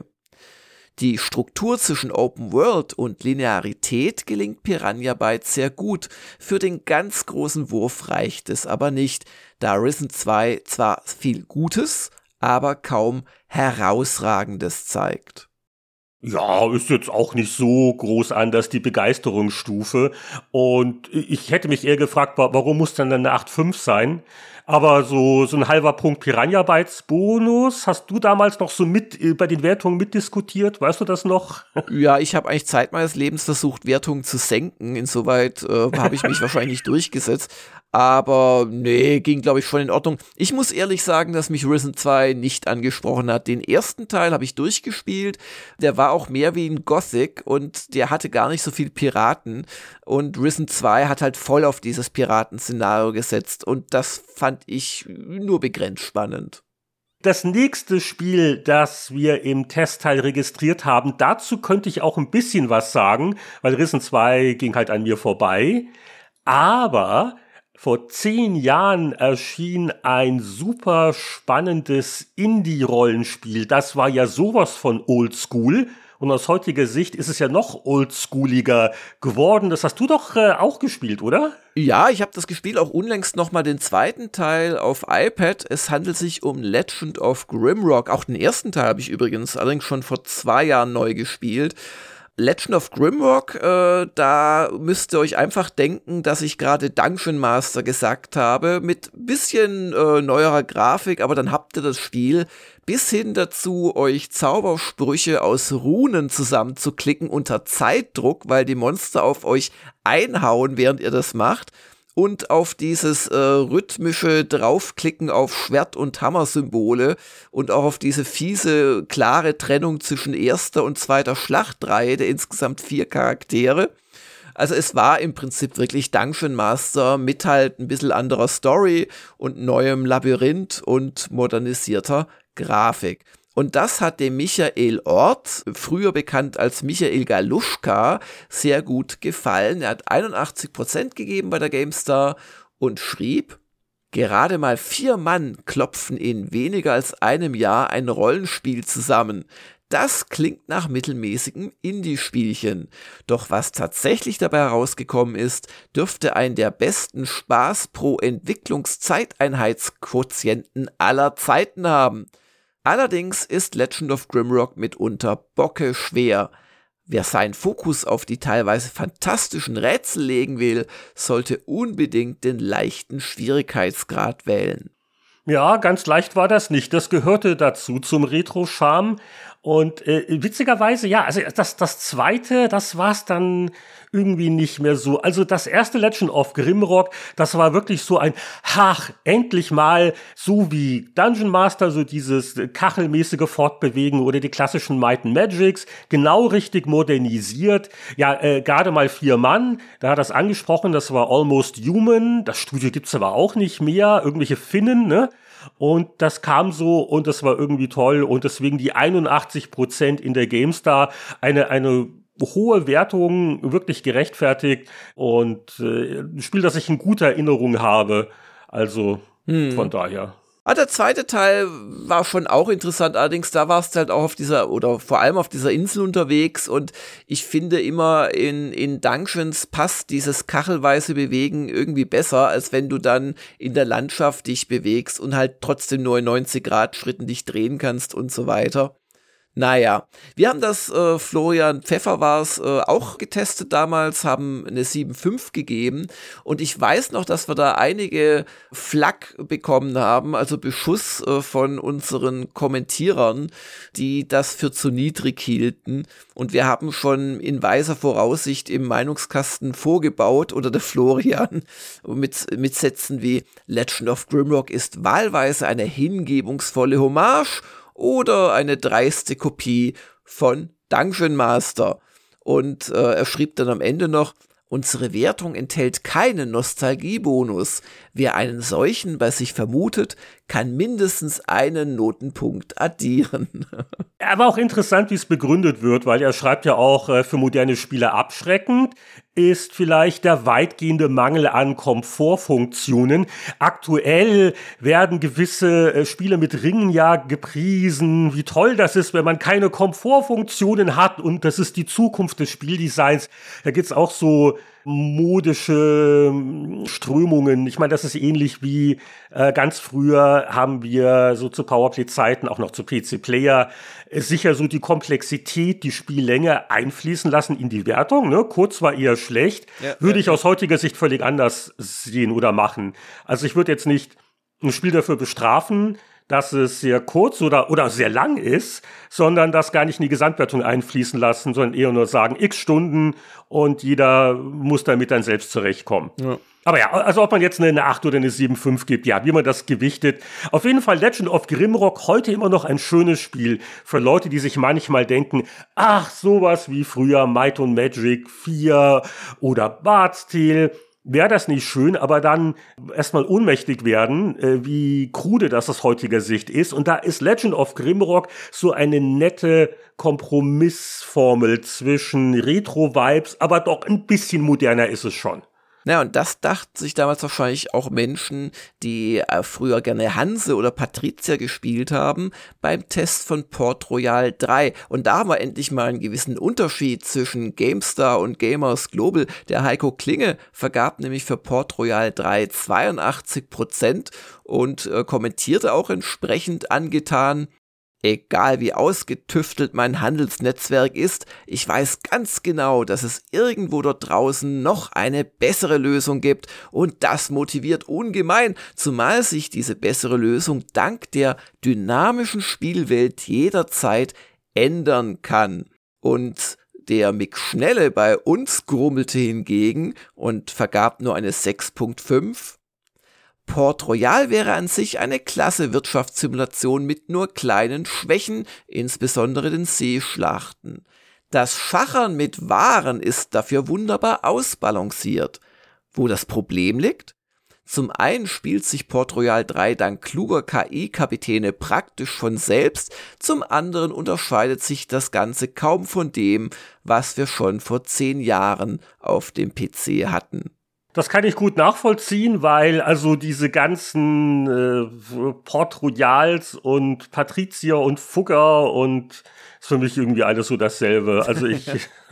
Die Struktur zwischen Open World und Linearität gelingt Piranha Bytes sehr gut. Für den ganz großen Wurf reicht es aber nicht, da Risen zwei zwar viel Gutes, aber kaum Herausragendes zeigt. Ja, ist jetzt auch nicht so groß anders, die Begeisterungsstufe. Und ich hätte mich eher gefragt, warum muss dann eine acht Komma fünf sein? Aber so, so ein halber Punkt Piranha Bytes Bonus, hast du damals noch so mit bei den Wertungen mitdiskutiert? Weißt du das noch? Ja, ich habe eigentlich Zeit meines Lebens versucht, Wertungen zu senken. Insoweit äh, habe ich mich wahrscheinlich durchgesetzt. Aber nee, ging glaube ich schon in Ordnung. Ich muss ehrlich sagen, dass mich Risen zwei nicht angesprochen hat. Den ersten Teil habe ich durchgespielt. Der war auch mehr wie ein Gothic und der hatte gar nicht so viel Piraten. Und Risen zwei hat halt voll auf dieses Piratenszenario gesetzt. Und das fand ich nur begrenzt spannend. Das nächste Spiel, das wir im Testteil registriert haben, dazu könnte ich auch ein bisschen was sagen, weil Risen zwei ging halt an mir vorbei. Aber vor zehn Jahren erschien ein super spannendes Indie-Rollenspiel. Das war ja sowas von oldschool. Und aus heutiger Sicht ist es ja noch oldschooliger geworden. Das hast du doch äh, auch gespielt, oder? Ja, ich habe das gespielt, auch unlängst nochmal den zweiten Teil auf iPad. Es handelt sich um Legend of Grimrock. Auch den ersten Teil habe ich übrigens allerdings schon vor zwei Jahren neu gespielt. Legend of Grimrock, äh, da müsst ihr euch einfach denken, dass ich gerade Dungeon Master gesagt habe, mit bisschen äh, neuerer Grafik, aber dann habt ihr das Spiel bis hin dazu, euch Zaubersprüche aus Runen zusammenzuklicken unter Zeitdruck, weil die Monster auf euch einhauen, während ihr das macht. Und auf dieses äh, rhythmische Draufklicken auf Schwert- und Hammersymbole und auch auf diese fiese, klare Trennung zwischen erster und zweiter Schlachtreihe der insgesamt vier Charaktere. Also es war im Prinzip wirklich Dungeon Master mit halt ein bisschen anderer Story und neuem Labyrinth und modernisierter Grafik. Und das hat dem Michael Ort, früher bekannt als Michael Galuschka, sehr gut gefallen. Er hat einundachtzig Prozent gegeben bei der GameStar und schrieb: Gerade mal vier Mann klopfen in weniger als einem Jahr ein Rollenspiel zusammen. Das klingt nach mittelmäßigem Indie-Spielchen. Doch was tatsächlich dabei herausgekommen ist, dürfte einen der besten Spaß pro Entwicklungszeiteinheitsquotienten aller Zeiten haben. Allerdings ist Legend of Grimrock mitunter bockeschwer. Wer seinen Fokus auf die teilweise fantastischen Rätsel legen will, sollte unbedingt den leichten Schwierigkeitsgrad wählen. Ja, ganz leicht war das nicht. Das gehörte dazu, zum Retro-Charme. Und äh, witzigerweise, ja, also das, das zweite, das war's dann irgendwie nicht mehr so. Also das erste Legend of Grimrock, das war wirklich so ein, ach, endlich mal so wie Dungeon Master, so dieses kachelmäßige Fortbewegen oder die klassischen Might and Magics, genau richtig modernisiert. Ja, äh, gerade mal vier Mann, da hat das angesprochen, das war Almost Human, das Studio gibt's aber auch nicht mehr, irgendwelche Finnen, ne? Und das kam so und das war irgendwie toll und deswegen die einundachtzig Prozent in der GameStar, eine, eine hohe Wertung, wirklich gerechtfertigt und äh, ein Spiel, das ich in guter Erinnerung habe. Also hm. von daher. Ah, der zweite Teil war schon auch interessant, allerdings da warst du halt auch auf dieser, oder vor allem auf dieser Insel unterwegs und ich finde immer in, in Dungeons passt dieses kachelweise Bewegen irgendwie besser, als wenn du dann in der Landschaft dich bewegst und halt trotzdem nur in neunzig Grad Schritten dich drehen kannst und so weiter. Naja, wir haben das, äh, Florian Pfeffer war es, äh, auch getestet damals, haben eine sieben Komma fünf gegeben und ich weiß noch, dass wir da einige Flak bekommen haben, also Beschuss äh, von unseren Kommentierern, die das für zu niedrig hielten und wir haben schon in weiser Voraussicht im Meinungskasten vorgebaut, oder der Florian, mit, mit Sätzen wie Legend of Grimrock ist wahlweise eine hingebungsvolle Hommage oder eine dreiste Kopie von Dungeon Master. Und äh, er schrieb dann am Ende noch, unsere Wertung enthält keinen Nostalgiebonus. Wer einen solchen bei sich vermutet, kann mindestens einen Notenpunkt addieren. Aber auch interessant, wie es begründet wird, weil er schreibt ja auch, äh, für moderne Spieler abschreckend ist vielleicht der weitgehende Mangel an Komfortfunktionen. Aktuell werden gewisse äh, Spiele mit Ringen ja gepriesen, wie toll das ist, wenn man keine Komfortfunktionen hat und das ist die Zukunft des Spieldesigns. Da gibt's auch so modische Strömungen. Ich meine, das ist ähnlich wie äh, ganz früher haben wir so zu Powerplay-Zeiten, auch noch zu P C-Player, äh, sicher so die Komplexität, die Spiellänge einfließen lassen in die Wertung. Ne? Kurz war eher schlecht. Ja, würde ja, ich ja. aus heutiger Sicht völlig anders sehen oder machen. Also ich würde jetzt nicht ein Spiel dafür bestrafen, dass es sehr kurz oder, oder sehr lang ist, sondern das gar nicht in die Gesamtwertung einfließen lassen, sondern eher nur sagen, x Stunden und jeder muss damit dann selbst zurechtkommen. Ja. Aber ja, also ob man jetzt eine acht oder eine sieben Komma fünf gibt, ja, wie man das gewichtet. Auf jeden Fall Legend of Grimrock, heute immer noch ein schönes Spiel für Leute, die sich manchmal denken, ach, sowas wie früher Might and Magic vier oder Bard's Tale. Wäre das nicht schön, aber dann erstmal ohnmächtig werden, äh, wie krude das aus heutiger Sicht ist. Und da ist Legend of Grimrock so eine nette Kompromissformel zwischen Retro-Vibes, aber doch ein bisschen moderner ist es schon. Ja, und das dachten sich damals wahrscheinlich auch Menschen, die äh, früher gerne Hanse oder Patrizia gespielt haben, beim Test von Port Royal drei. Und da haben wir endlich mal einen gewissen Unterschied zwischen GameStar und Gamers Global. Der Heiko Klinge vergab nämlich für Port Royal drei zweiundachtzig Prozent und äh, kommentierte auch entsprechend angetan: Egal wie ausgetüftelt mein Handelsnetzwerk ist, ich weiß ganz genau, dass es irgendwo dort draußen noch eine bessere Lösung gibt und das motiviert ungemein, zumal sich diese bessere Lösung dank der dynamischen Spielwelt jederzeit ändern kann. Und der Mick Schnelle bei uns grummelte hingegen und vergab nur eine sechs Komma fünf. Port Royal wäre an sich eine klasse Wirtschaftssimulation mit nur kleinen Schwächen, insbesondere den Seeschlachten. Das Schachern mit Waren ist dafür wunderbar ausbalanciert. Wo das Problem liegt? Zum einen spielt sich Port Royal drei dank kluger K I-Kapitäne praktisch von selbst, zum anderen unterscheidet sich das Ganze kaum von dem, was wir schon vor zehn Jahren auf dem P C hatten. Das kann ich gut nachvollziehen, weil also diese ganzen äh, Port Royals und Patrizia und Fugger und ist für mich irgendwie alles so dasselbe. Also ich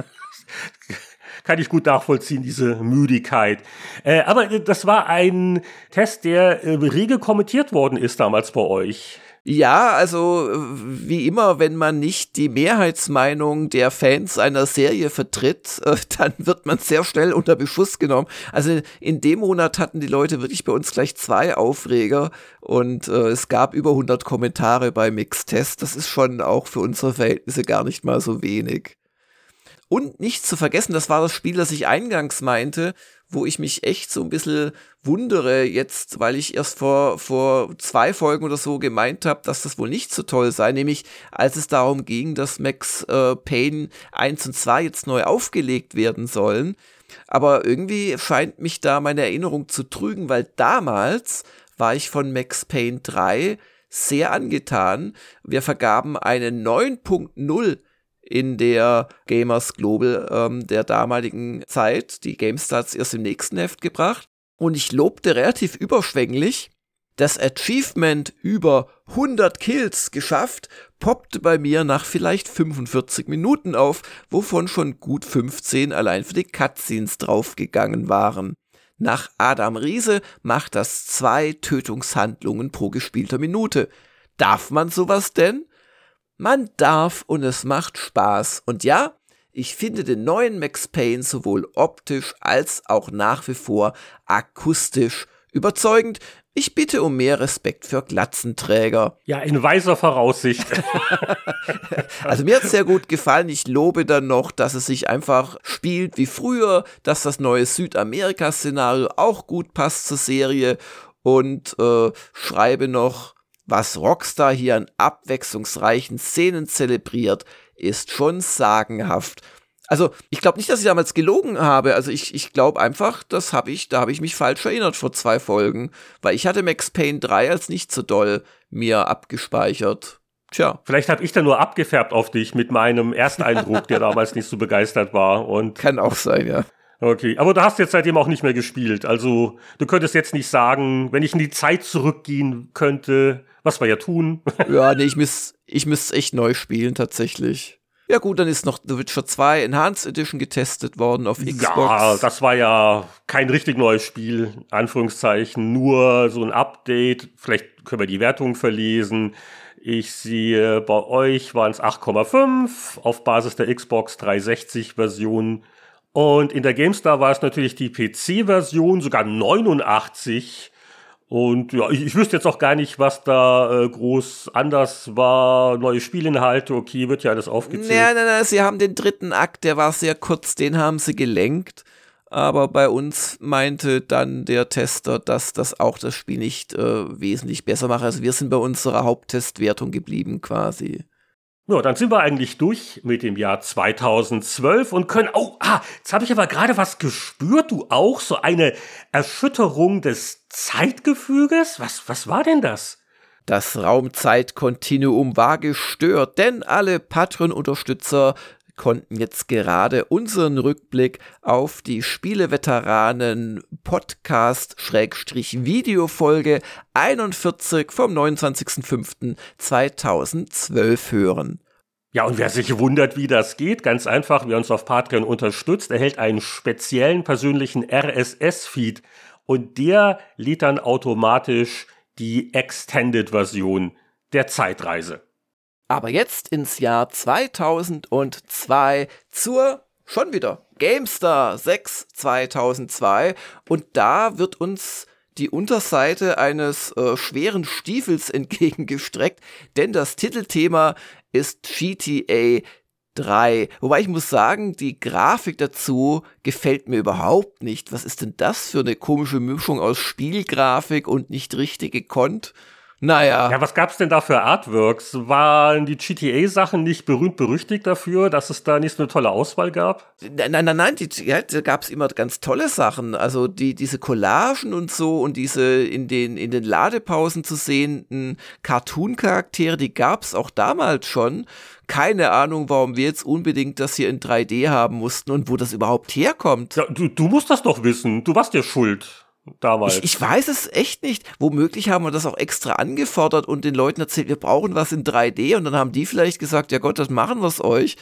kann ich gut nachvollziehen, diese Müdigkeit. Äh, aber das war ein Test, der äh, rege kommentiert worden ist damals bei euch. Ja, also wie immer, wenn man nicht die Mehrheitsmeinung der Fans einer Serie vertritt, äh, dann wird man sehr schnell unter Beschuss genommen. Also in dem Monat hatten die Leute wirklich bei uns gleich zwei Aufreger und äh, es gab über hundert Kommentare bei Mixtest. Das ist schon auch für unsere Verhältnisse gar nicht mal so wenig. Und nicht zu vergessen, das war das Spiel, das ich eingangs meinte, wo ich mich echt so ein bisschen wundere jetzt, weil ich erst vor vor zwei Folgen oder so gemeint habe, dass das wohl nicht so toll sei, nämlich als es darum ging, dass Max äh, Payne eins und zwei jetzt neu aufgelegt werden sollen. Aber irgendwie scheint mich da meine Erinnerung zu trügen, weil damals war ich von Max Payne drei sehr angetan. Wir vergaben eine neun Punkt null in der Gamers Global ähm, der damaligen Zeit. Die GameStar hat's erst im nächsten Heft gebracht. Und ich lobte relativ überschwänglich, Das Achievement über hundert Kills geschafft poppte bei mir nach vielleicht fünfundvierzig Minuten auf, wovon schon gut fünfzehn allein für die Cutscenes draufgegangen waren. Nach Adam Riese macht das zwei Tötungshandlungen pro gespielter Minute. Darf man sowas denn? Man darf und es macht Spaß. Und ja, ich finde den neuen Max Payne sowohl optisch als auch nach wie vor akustisch überzeugend. Ich bitte um mehr Respekt für Glatzenträger. Ja, in weiser Voraussicht. Also mir hat es sehr gut gefallen. Ich lobe dann noch, dass es sich einfach spielt wie früher, dass das neue Südamerika-Szenario auch gut passt zur Serie und äh, schreibe noch, was Rockstar hier an abwechslungsreichen Szenen zelebriert, ist schon sagenhaft. Also, ich glaube nicht, dass ich damals gelogen habe. Also, ich, ich glaube einfach, das habe ich, da habe ich mich falsch erinnert vor zwei Folgen. Weil ich hatte Max Payne drei als nicht so doll mir abgespeichert. Tja. Vielleicht habe ich da nur abgefärbt auf dich mit meinem Ersteindruck, der damals nicht so begeistert war. Und kann auch sein, ja. Okay, aber du hast jetzt seitdem auch nicht mehr gespielt. Also, du könntest jetzt nicht sagen, wenn ich in die Zeit zurückgehen könnte, was wir ja tun. Ja, nee, ich müsste ich müsste echt neu spielen, tatsächlich. Ja gut, dann ist noch The Witcher zwei Enhanced Edition getestet worden auf Xbox. Ja, das war ja kein richtig neues Spiel, Anführungszeichen, nur so ein Update. Vielleicht können wir die Wertung verlesen. Ich sehe, bei euch waren es acht Komma fünf auf Basis der Xbox dreihundertsechzig Version. Und in der GameStar war es natürlich die P C-Version, sogar neunundachtzig. Und ja, ich, ich wüsste jetzt auch gar nicht, was da äh, groß anders war. Neue Spielinhalte, okay, wird ja alles aufgezählt. Nein, nein, nein, sie haben den dritten Akt, der war sehr kurz, den haben sie gelenkt. Aber bei uns meinte dann der Tester, dass das auch das Spiel nicht äh, wesentlich besser macht. Also wir sind bei unserer Haupttestwertung geblieben quasi. Ja, dann sind wir eigentlich durch mit dem Jahr zweitausendzwölf und können, oh, ah, jetzt habe ich aber gerade was gespürt, du auch, so eine Erschütterung des Zeitgefüges? Was, was war denn das? Das Raumzeitkontinuum war gestört, denn alle Patreon-Unterstützer konnten jetzt gerade unseren Rückblick auf die Spieleveteranen-Podcast-Videofolge einundvierzig vom neunundzwanzigsten fünften zweitausendzwölf hören. Ja, und wer sich wundert, wie das geht, ganz einfach, wer uns auf Patreon unterstützt, erhält einen speziellen persönlichen R S S-Feed und der lädt dann automatisch die Extended-Version der Zeitreise. Aber jetzt ins Jahr zweitausendzwei zur, schon wieder, GameStar sechs zweitausendzwei und da wird uns die Unterseite eines äh, schweren Stiefels entgegengestreckt, denn das Titelthema ist G T A drei. Wobei ich muss sagen, die Grafik dazu gefällt mir überhaupt nicht. Was ist denn das für eine komische Mischung aus Spielgrafik und nicht richtig gekonnt? Naja. Ja, was gab's denn da für Artworks? Waren die G T A-Sachen nicht berühmt-berüchtigt dafür, dass es da nicht so eine tolle Auswahl gab? Nein, nein, nein, nein die, ja, da gab's immer ganz tolle Sachen. Also die diese Collagen und so und diese in den in den Ladepausen zu sehenden Cartoon-Charaktere, die gab's auch damals schon. Keine Ahnung, warum wir jetzt unbedingt das hier in drei D haben mussten und wo das überhaupt herkommt. Ja, du, du musst das doch wissen. Du warst ja schuld. Damals. Ich, ich weiß es echt nicht. Womöglich haben wir das auch extra angefordert und den Leuten erzählt, wir brauchen was in drei D und dann haben die vielleicht gesagt, ja Gott, das machen wir es euch.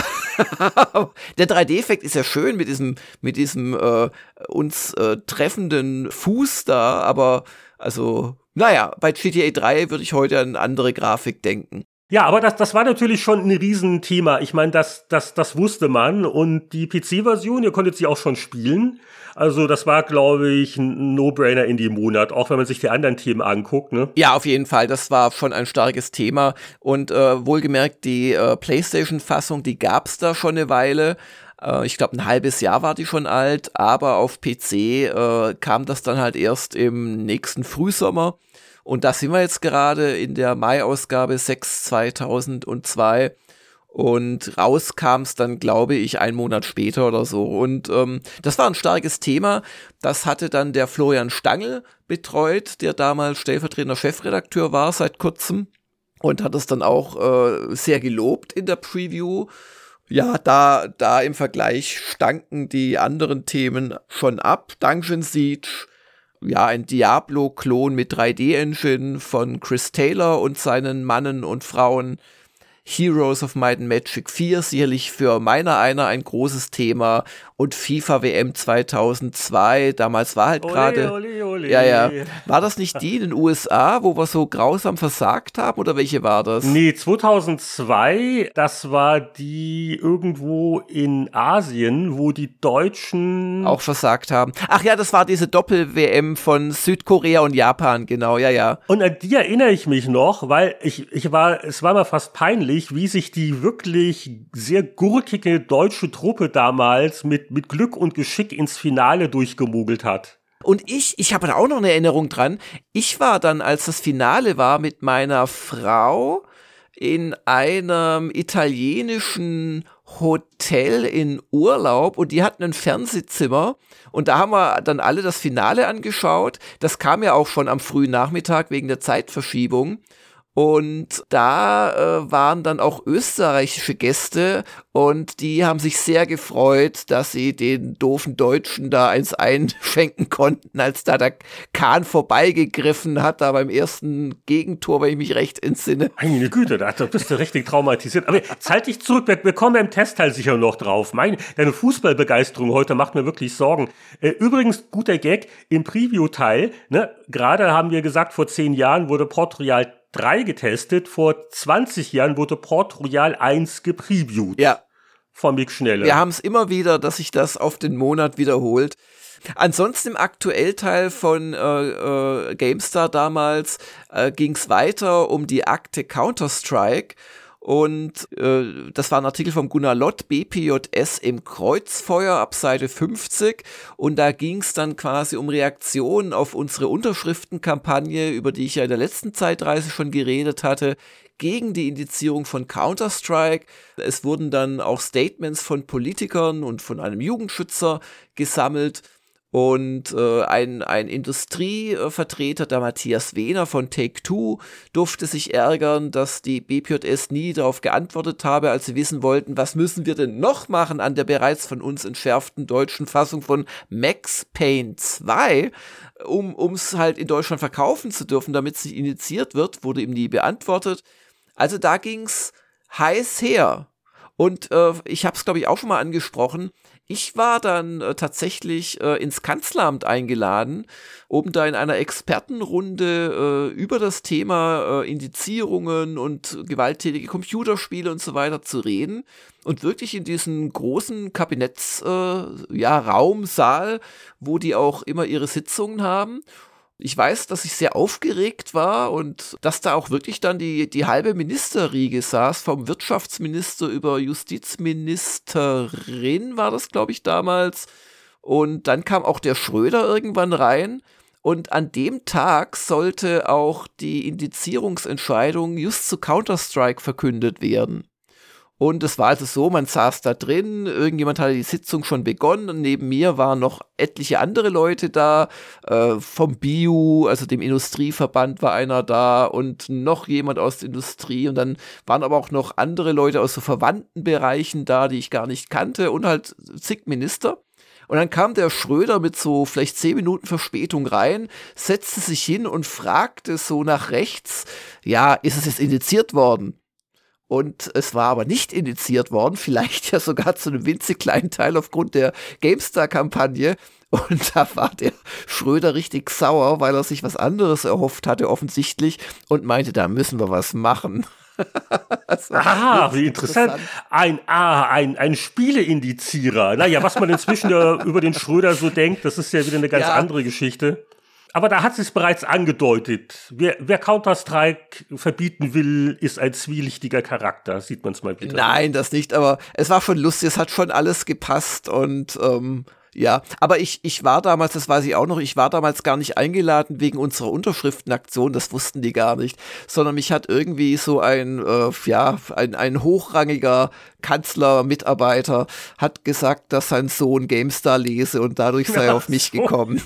Der drei D-Effekt ist ja schön mit diesem, mit diesem äh, uns äh, treffenden Fuß da, aber also, naja, bei G T A drei würde ich heute an andere Grafik denken. Ja, aber das, das war natürlich schon ein Riesenthema. Ich meine, das, das, das wusste man und die P C-Version, ihr konntet sie auch schon spielen. Also das war, glaube ich, ein No-Brainer in dem Monat, auch wenn man sich die anderen Themen anguckt, ne? Ja, auf jeden Fall. Das war schon ein starkes Thema. Und äh, wohlgemerkt, die äh, PlayStation-Fassung, die gab's da schon eine Weile. Äh, ich glaube, ein halbes Jahr war die schon alt. Aber auf P C äh, kam das dann halt erst im nächsten Frühsommer. Und da sind wir jetzt gerade in der Mai-Ausgabe sechs zweitausendzwei. Und raus kam es dann, glaube ich, einen Monat später oder so. Und ähm, das war ein starkes Thema. Das hatte dann der Florian Stangl betreut, der damals stellvertretender Chefredakteur war seit kurzem. Und hat es dann auch äh, sehr gelobt in der Preview. Ja, da, da im Vergleich stanken die anderen Themen schon ab. Dungeon Siege ja, ein Diablo-Klon mit drei D-Engine von Chris Taylor und seinen Mannen und Frauen. Heroes of Might and Magic vier, sicherlich für meiner einer ein großes Thema, und FIFA W M zweitausendzwei, damals war halt gerade, ja, ja, war das nicht die in den U S A, wo wir so grausam versagt haben, oder welche war das? Nee, zweitausendzwei, das war die irgendwo in Asien, wo die Deutschen auch versagt haben. Ach ja, das war diese Doppel-W M von Südkorea und Japan, genau, ja, ja. Und an die erinnere ich mich noch, weil ich, ich war, es war mir fast peinlich, wie sich die wirklich sehr gurkige deutsche Truppe damals mit, mit Glück und Geschick ins Finale durchgemogelt hat. Und ich, ich habe da auch noch eine Erinnerung dran. Ich war dann, als das Finale war, mit meiner Frau in einem italienischen Hotel in Urlaub, und die hatten ein Fernsehzimmer, und da haben wir dann alle das Finale angeschaut. Das kam ja auch schon am frühen Nachmittag wegen der Zeitverschiebung. Und da äh, waren dann auch österreichische Gäste, und die haben sich sehr gefreut, dass sie den doofen Deutschen da eins einschenken konnten, als da der Kahn vorbeigegriffen hat, da beim ersten Gegentor, wenn ich mich recht entsinne. Meine Güte, da bist du richtig traumatisiert. Aber jetzt halt dich zurück, wir, wir kommen im Testteil sicher noch drauf. Meine, deine Fußballbegeisterung heute macht mir wirklich Sorgen. Äh, übrigens, guter Gag, im Preview-Teil, ne, gerade haben wir gesagt, vor zehn Jahren wurde Port Royal drei getestet, vor zwanzig Jahren wurde Port Royal eins gepreviewt. Ja. Von Mick Schnelle. Wir haben es immer wieder, dass sich das auf den Monat wiederholt. Ansonsten im Aktuellteil von äh, äh, GameStar damals äh, ging es weiter um die Akte Counter-Strike. Und äh, das war ein Artikel von Gunnar Lott, B P J S im Kreuzfeuer, ab Seite fünfzig. Und da ging es dann quasi um Reaktionen auf unsere Unterschriftenkampagne, über die ich ja in der letzten Zeitreise schon geredet hatte, gegen die Indizierung von Counter-Strike. Es wurden dann auch Statements von Politikern und von einem Jugendschützer gesammelt. Und äh, ein, ein Industrievertreter, der Matthias Wehner von Take-Two, durfte sich ärgern, dass die B P J S nie darauf geantwortet habe, als sie wissen wollten, was müssen wir denn noch machen an der bereits von uns entschärften deutschen Fassung von Max Payne zwei, um es halt in Deutschland verkaufen zu dürfen, damit es nicht initiiert wird, wurde ihm nie beantwortet. Also da ging's heiß her. Und äh, ich habe es, glaube ich, auch schon mal angesprochen. Ich war dann äh, tatsächlich äh, ins Kanzleramt eingeladen, um da in einer Expertenrunde äh, über das Thema äh, Indizierungen und gewalttätige Computerspiele und so weiter zu reden. Und wirklich in diesen großen Kabinetts, äh, ja, Raumsaal, wo die auch immer ihre Sitzungen haben. Ich weiß, dass ich sehr aufgeregt war und dass da auch wirklich dann die, die halbe Ministerriege saß, vom Wirtschaftsminister über Justizministerin war das, glaube ich, damals. Und dann kam auch der Schröder irgendwann rein. Und an dem Tag sollte auch die Indizierungsentscheidung just zu Counter-Strike verkündet werden. Und es war also so, man saß da drin, irgendjemand hatte die Sitzung schon begonnen, und neben mir waren noch etliche andere Leute da, äh, vom B I U, also dem Industrieverband war einer da, und noch jemand aus der Industrie, und dann waren aber auch noch andere Leute aus so verwandten Bereichen da, die ich gar nicht kannte, und halt zig Minister. Und dann kam der Schröder mit so vielleicht zehn Minuten Verspätung rein, setzte sich hin und fragte so nach rechts, ja, ist es jetzt indiziert worden? Und es war aber nicht indiziert worden, vielleicht ja sogar zu einem winzig kleinen Teil aufgrund der GameStar-Kampagne. Und da war der Schröder richtig sauer, weil er sich was anderes erhofft hatte offensichtlich und meinte, da müssen wir was machen. Ah, wie interessant. interessant. Ein, ah, ein, ein Spieleindizierer. Naja, was man inzwischen ja über den Schröder so denkt, das ist ja wieder eine ganz ja. andere Geschichte. Aber da hat es bereits angedeutet. Wer, wer Counter-Strike verbieten will, ist ein zwielichtiger Charakter. Sieht man es mal wieder. Nein, das nicht, aber es war schon lustig, es hat schon alles gepasst und ähm, ja, aber ich, ich war damals, das weiß ich auch noch, ich war damals gar nicht eingeladen wegen unserer Unterschriftenaktion, das wussten die gar nicht, sondern mich hat irgendwie so ein, äh, ja, ein, ein hochrangiger Kanzlermitarbeiter, hat gesagt, dass sein Sohn GameStar lese und dadurch sei er auf mich so. gekommen.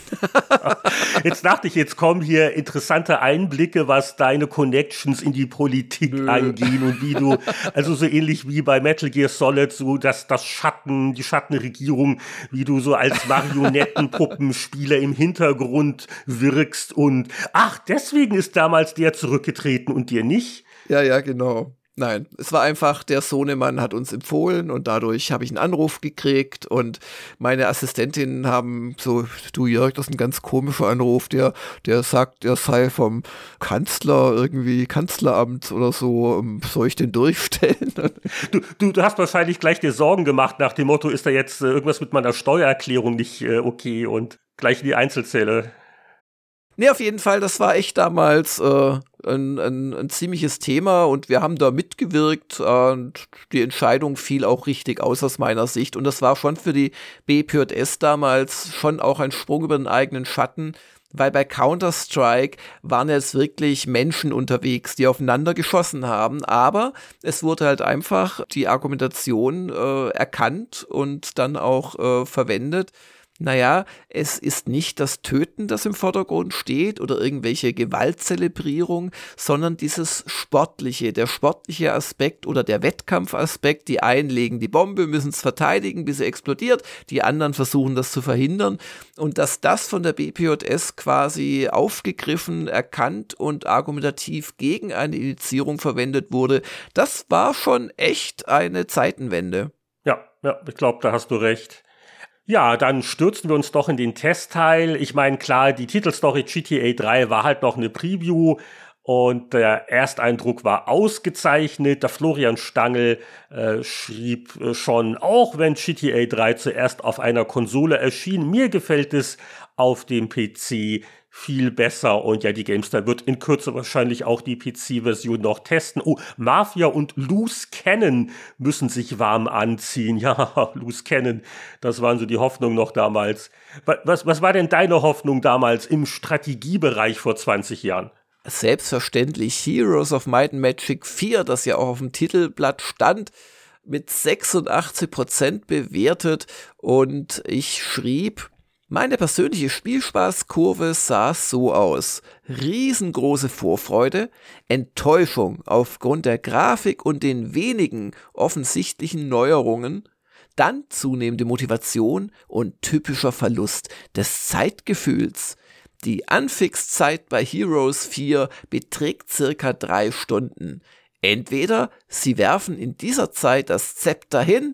Jetzt dachte ich, jetzt kommen hier interessante Einblicke, was deine Connections in die Politik Nö. angehen und wie du, also so ähnlich wie bei Metal Gear Solid, so dass das Schatten, die Schattenregierung, wie du so als Marionettenpuppenspieler im Hintergrund wirkst und ach, deswegen ist damals der zurückgetreten und dir nicht? Ja, ja, genau. Nein, es war einfach, der Sohnemann hat uns empfohlen und dadurch habe ich einen Anruf gekriegt und meine Assistentinnen haben so, du Jörg, das ist ein ganz komischer Anruf, der, der sagt, er sei vom Kanzler, irgendwie Kanzleramt oder so, soll ich den durchstellen? Du, du, du hast wahrscheinlich gleich dir Sorgen gemacht nach dem Motto, ist da jetzt äh, irgendwas mit meiner Steuererklärung nicht äh, okay und gleich in die Einzelzelle. Nee, auf jeden Fall, das war echt damals äh, ein, ein, ein ziemliches Thema und wir haben da mitgewirkt äh, und die Entscheidung fiel auch richtig aus aus meiner Sicht und das war schon für die B P J S damals schon auch ein Sprung über den eigenen Schatten, weil bei Counter-Strike waren jetzt wirklich Menschen unterwegs, die aufeinander geschossen haben, aber es wurde halt einfach die Argumentation äh, erkannt und dann auch äh, verwendet. Naja, es ist nicht das Töten, das im Vordergrund steht oder irgendwelche Gewaltzelebrierung, sondern dieses Sportliche, der sportliche Aspekt oder der Wettkampfaspekt. Die einen legen die Bombe, müssen es verteidigen, bis sie explodiert, die anderen versuchen das zu verhindern. Und dass das von der B P J S quasi aufgegriffen, erkannt und argumentativ gegen eine Indizierung verwendet wurde, das war schon echt eine Zeitenwende. Ja, ja, ich glaube, da hast du recht. Ja, dann stürzen wir uns doch in den Testteil. Ich meine, klar, die Titelstory G T A drei war halt noch eine Preview und der Ersteindruck war ausgezeichnet. Der Florian Stangl äh, schrieb äh, schon, auch wenn G T A drei zuerst auf einer Konsole erschien, mir gefällt es auf dem P C viel besser. Und ja, die GameStar wird in Kürze wahrscheinlich auch die P C-Version noch testen. Oh, Mafia und Loose Cannon müssen sich warm anziehen. Ja, Loose Cannon, das waren so die Hoffnungen noch damals. Was, was war denn deine Hoffnung damals im Strategiebereich vor zwanzig Jahren? Selbstverständlich Heroes of Might and Magic vier, das ja auch auf dem Titelblatt stand, mit sechsundachtzig Prozent bewertet. Und ich schrieb, meine persönliche Spielspaßkurve sah so aus. Riesengroße Vorfreude, Enttäuschung aufgrund der Grafik und den wenigen offensichtlichen Neuerungen, dann zunehmende Motivation und typischer Verlust des Zeitgefühls. Die Anfixzeit bei Heroes vier beträgt circa drei Stunden. Entweder sie werfen in dieser Zeit das Zepter hin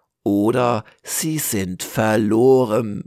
oder sie sind verloren.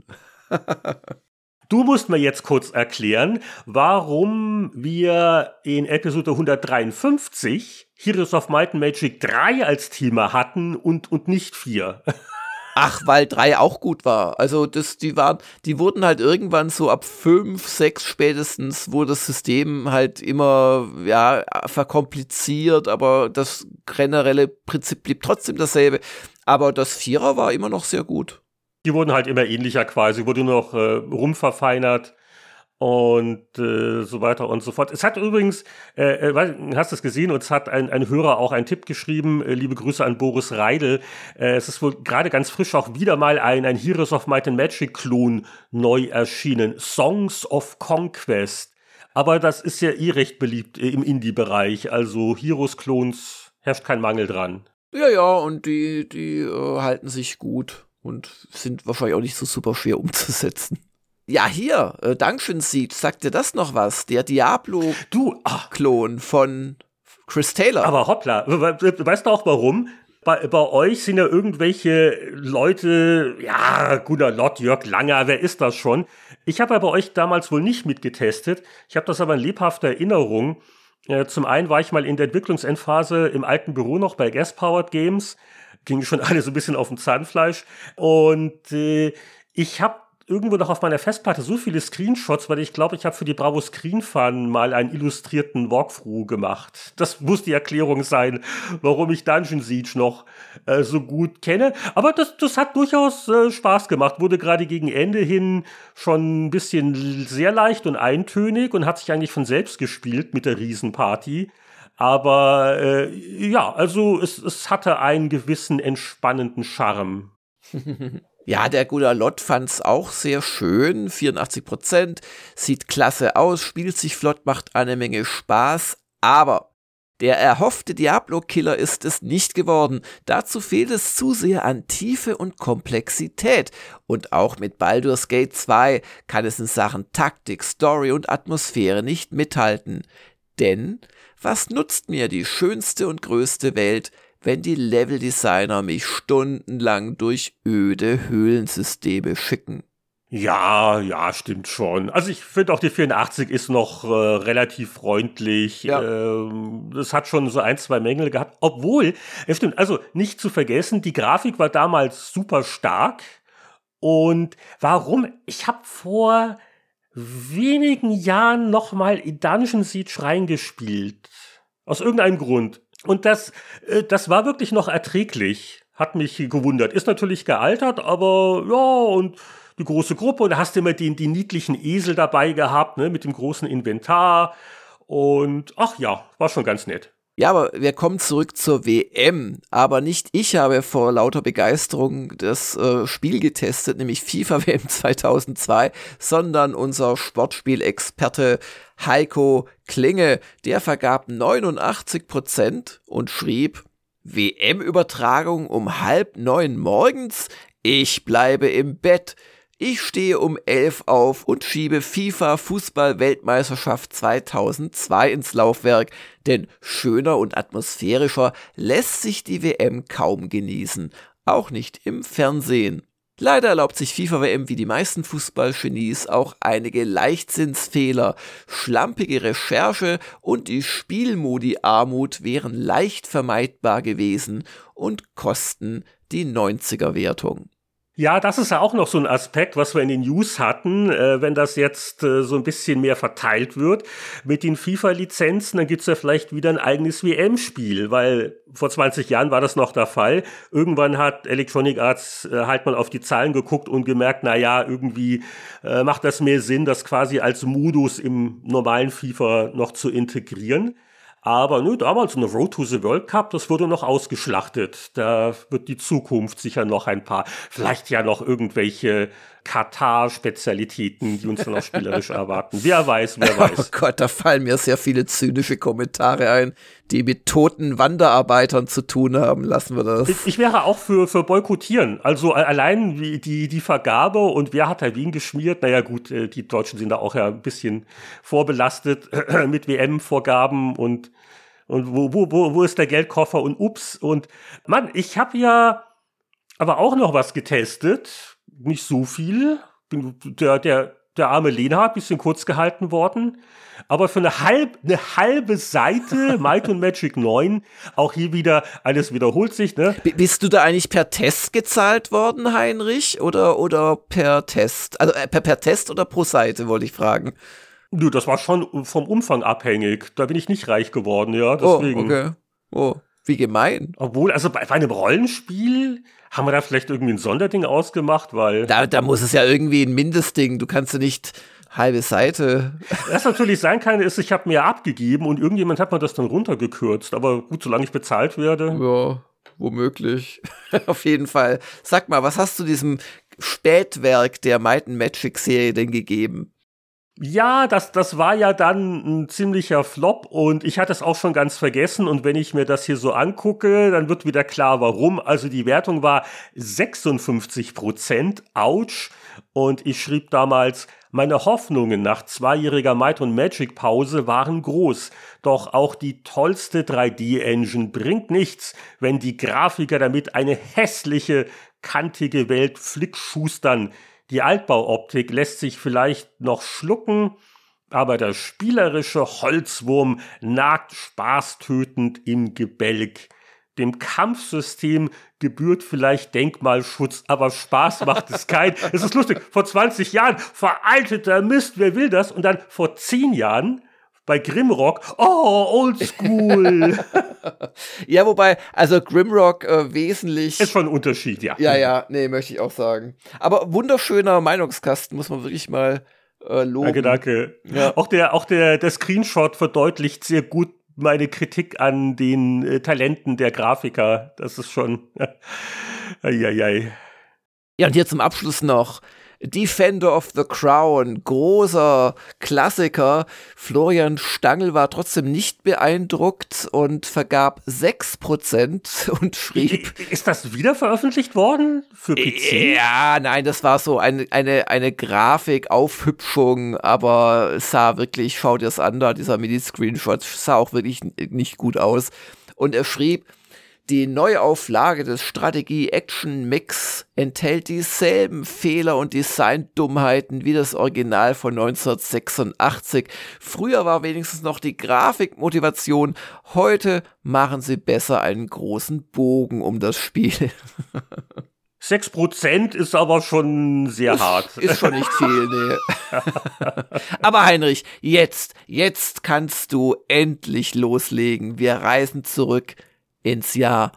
Du musst mir jetzt kurz erklären, warum wir in Episode hundertdreiundfünfzig Heroes of Might and Magic drei als Thema hatten und, und nicht vier. Ach, weil drei auch gut war. Also das, die waren, die wurden halt irgendwann so ab fünf, sechs spätestens, wo das System halt immer, ja, verkompliziert, aber das generelle Prinzip blieb trotzdem dasselbe. Aber das Vierer war immer noch sehr gut. Die wurden halt immer ähnlicher quasi, wurde noch äh, rumverfeinert und äh, so weiter und so fort. Es hat übrigens, äh, äh, hast du es gesehen, uns hat ein, ein Hörer auch einen Tipp geschrieben, äh, liebe Grüße an Boris Reidel. Äh, es ist wohl gerade ganz frisch auch wieder mal ein, ein Heroes of Might and Magic Klon neu erschienen, Songs of Conquest. Aber das ist ja eh recht beliebt äh, im Indie-Bereich, also Heroes-Klons herrscht kein Mangel dran. Ja, ja, und die, die äh, halten sich gut. Und sind wahrscheinlich auch nicht so super schwer umzusetzen. Ja, hier, äh, Dungeon Siege, sagt dir das noch was? Der Diablo-Klon von Chris Taylor. Aber hoppla, weißt du auch warum? Bei, bei euch sind ja irgendwelche Leute, ja, Gunnar Lott, Jörg Langer, wer ist das schon? Ich habe ja bei euch damals wohl nicht mitgetestet. Ich habe das aber in lebhafter Erinnerung. Äh, zum einen war ich mal in der Entwicklungsendphase im alten Büro noch bei Gas Powered Games. Ging schon alle so ein bisschen auf dem Zahnfleisch. Und äh, ich habe irgendwo noch auf meiner Festplatte so viele Screenshots, weil ich glaube, ich habe für die Bravo Screen Fun mal einen illustrierten Walkthrough gemacht. Das muss die Erklärung sein, warum ich Dungeon Siege noch äh, so gut kenne. Aber das, das hat durchaus äh, Spaß gemacht. Wurde gerade gegen Ende hin schon ein bisschen sehr leicht und eintönig und hat sich eigentlich von selbst gespielt mit der Riesenparty. Aber äh, ja, also es, es hatte einen gewissen entspannenden Charme. Ja, der Gouda-Lot fand's auch sehr schön, vierundachtzig Prozent, sieht klasse aus, spielt sich flott, macht eine Menge Spaß, aber der erhoffte Diablo-Killer ist es nicht geworden. Dazu fehlt es zu sehr an Tiefe und Komplexität. Und auch mit Baldur's Gate zwei kann es in Sachen Taktik, Story und Atmosphäre nicht mithalten. Denn was nutzt mir die schönste und größte Welt, wenn die Leveldesigner mich stundenlang durch öde Höhlensysteme schicken? Ja, ja, stimmt schon. Also ich finde auch die vierundachtzig ist noch äh, relativ freundlich. Ja. Ähm, das hat schon so ein, zwei Mängel gehabt. Obwohl, es stimmt, also nicht zu vergessen, die Grafik war damals super stark. Und warum? Ich habe vor wenigen Jahren noch mal in Dungeon Siege reingespielt. Aus irgendeinem Grund. Und das, äh, das war wirklich noch erträglich. Hat mich gewundert. Ist natürlich gealtert, aber ja, und die große Gruppe, und da hast du immer den, die niedlichen Esel dabei gehabt, ne, mit dem großen Inventar. Und ach ja, war schon ganz nett. Ja, aber wir kommen zurück zur W M. Aber nicht ich habe vor lauter Begeisterung das äh, Spiel getestet, nämlich FIFA W M zweitausendzwei, sondern unser Sportspielexperte Heiko Klinge. Der vergab neunundachtzig Prozent und schrieb: W M-Übertragung um halb neun morgens? Ich bleibe im Bett. Ich stehe um elf auf und schiebe FIFA Fußball-Weltmeisterschaft zweitausendzwei ins Laufwerk, denn schöner und atmosphärischer lässt sich die W M kaum genießen, auch nicht im Fernsehen. Leider erlaubt sich FIFA W M wie die meisten Fußballgenies auch einige Leichtsinnsfehler, schlampige Recherche und die Spielmodi-Armut wären leicht vermeidbar gewesen und kosten die neunziger-Wertung. Ja, das ist ja auch noch so ein Aspekt, was wir in den News hatten, äh, wenn das jetzt äh, so ein bisschen mehr verteilt wird mit den FIFA-Lizenzen, dann gibt's ja vielleicht wieder ein eigenes W M-Spiel, weil vor zwanzig Jahren war das noch der Fall. Irgendwann hat Electronic Arts äh, halt mal auf die Zahlen geguckt und gemerkt, na ja, irgendwie äh, macht das mehr Sinn, das quasi als Modus im normalen FIFA noch zu integrieren. Aber ne, damals eine Road to the World Cup, das wurde noch ausgeschlachtet. Da wird die Zukunft sicher noch ein paar, vielleicht ja noch irgendwelche Katar-Spezialitäten, die uns dann auch spielerisch erwarten. Wer weiß, wer weiß. Oh Gott, da fallen mir sehr viele zynische Kommentare ein, die mit toten Wanderarbeitern zu tun haben. Lassen wir das. Ich, ich wäre auch für, für Boykottieren. Also allein wie die, die Vergabe und wer hat Wien geschmiert. Naja gut, die Deutschen sind da auch ja ein bisschen vorbelastet mit W M-Vorgaben und und wo, wo, wo, wo ist der Geldkoffer und ups. Und Mann, ich habe ja aber auch noch was getestet. Nicht so viel. Der, der, der arme Lenhard, bisschen kurz gehalten worden. Aber für eine, halb, eine halbe Seite Might und Magic neun, auch hier wieder, alles wiederholt sich, ne? B- bist du da eigentlich per Test gezahlt worden, Heinrich? Oder, oder per Test? Also äh, per, per Test oder pro Seite, wollte ich fragen. Nö, das war schon vom Umfang abhängig. Da bin ich nicht reich geworden, ja, deswegen. Oh, okay. Oh, wie gemein. Obwohl, also bei, bei einem Rollenspiel haben wir da vielleicht irgendwie ein Sonderding ausgemacht, weil... Da, da muss es ja irgendwie ein Mindestding, du kannst ja nicht halbe Seite... Was natürlich sein kann, ist, ich habe mehr abgegeben und irgendjemand hat mir das dann runtergekürzt. Aber gut, solange ich bezahlt werde... Ja, womöglich. Auf jeden Fall. Sag mal, was hast du diesem Spätwerk der Might and Magic Serie denn gegeben? Ja, das, das war ja dann ein ziemlicher Flop und ich hatte es auch schon ganz vergessen und wenn ich mir das hier so angucke, dann wird wieder klar, warum. Also die Wertung war sechsundfünfzig Prozent, ouch. Und ich schrieb damals, meine Hoffnungen nach zweijähriger Might und Magic Pause waren groß. Doch auch die tollste drei D-Engine bringt nichts, wenn die Grafiker damit eine hässliche, kantige Welt flickschustern. Die Altbauoptik lässt sich vielleicht noch schlucken, aber der spielerische Holzwurm nagt spaßtötend im Gebälk. Dem Kampfsystem gebührt vielleicht Denkmalschutz, aber Spaß macht es kein. Es ist lustig, vor zwanzig Jahren, veralteter Mist, wer will das? Und dann vor zehn Jahren bei Grimrock, oh, oldschool. Ja, wobei, also Grimrock äh, wesentlich... Ist schon ein Unterschied, ja. Ja, ja, nee, möchte ich auch sagen. Aber wunderschöner Meinungskasten, muss man wirklich mal äh, loben. Danke, danke. Ja. Auch, der, auch der, der Screenshot verdeutlicht sehr gut, meine Kritik an den äh, Talenten der Grafiker. Das ist schon, eieiei. Ja, und hier zum Abschluss noch Defender of the Crown, großer Klassiker. Florian Stangl war trotzdem nicht beeindruckt und vergab sechs Prozent und schrieb... Ist das wieder veröffentlicht worden für P C? Ja, nein, das war so eine, eine, eine Grafik-Aufhübschung, aber es sah wirklich, schau dir das an, da dieser Mini-Screenshot, sah auch wirklich nicht gut aus. Und er schrieb, die Neuauflage des Strategie-Action-Mix enthält dieselben Fehler und Designdummheiten wie das Original von neunzehnhundertsechsundachtzig. Früher war wenigstens noch die Grafikmotivation, heute machen sie besser einen großen Bogen um das Spiel. Sechs Prozent ist aber schon sehr ist, hart. Ist schon nicht viel, nee. Aber Heinrich, jetzt, jetzt kannst du endlich loslegen. Wir reisen zurück ins Jahr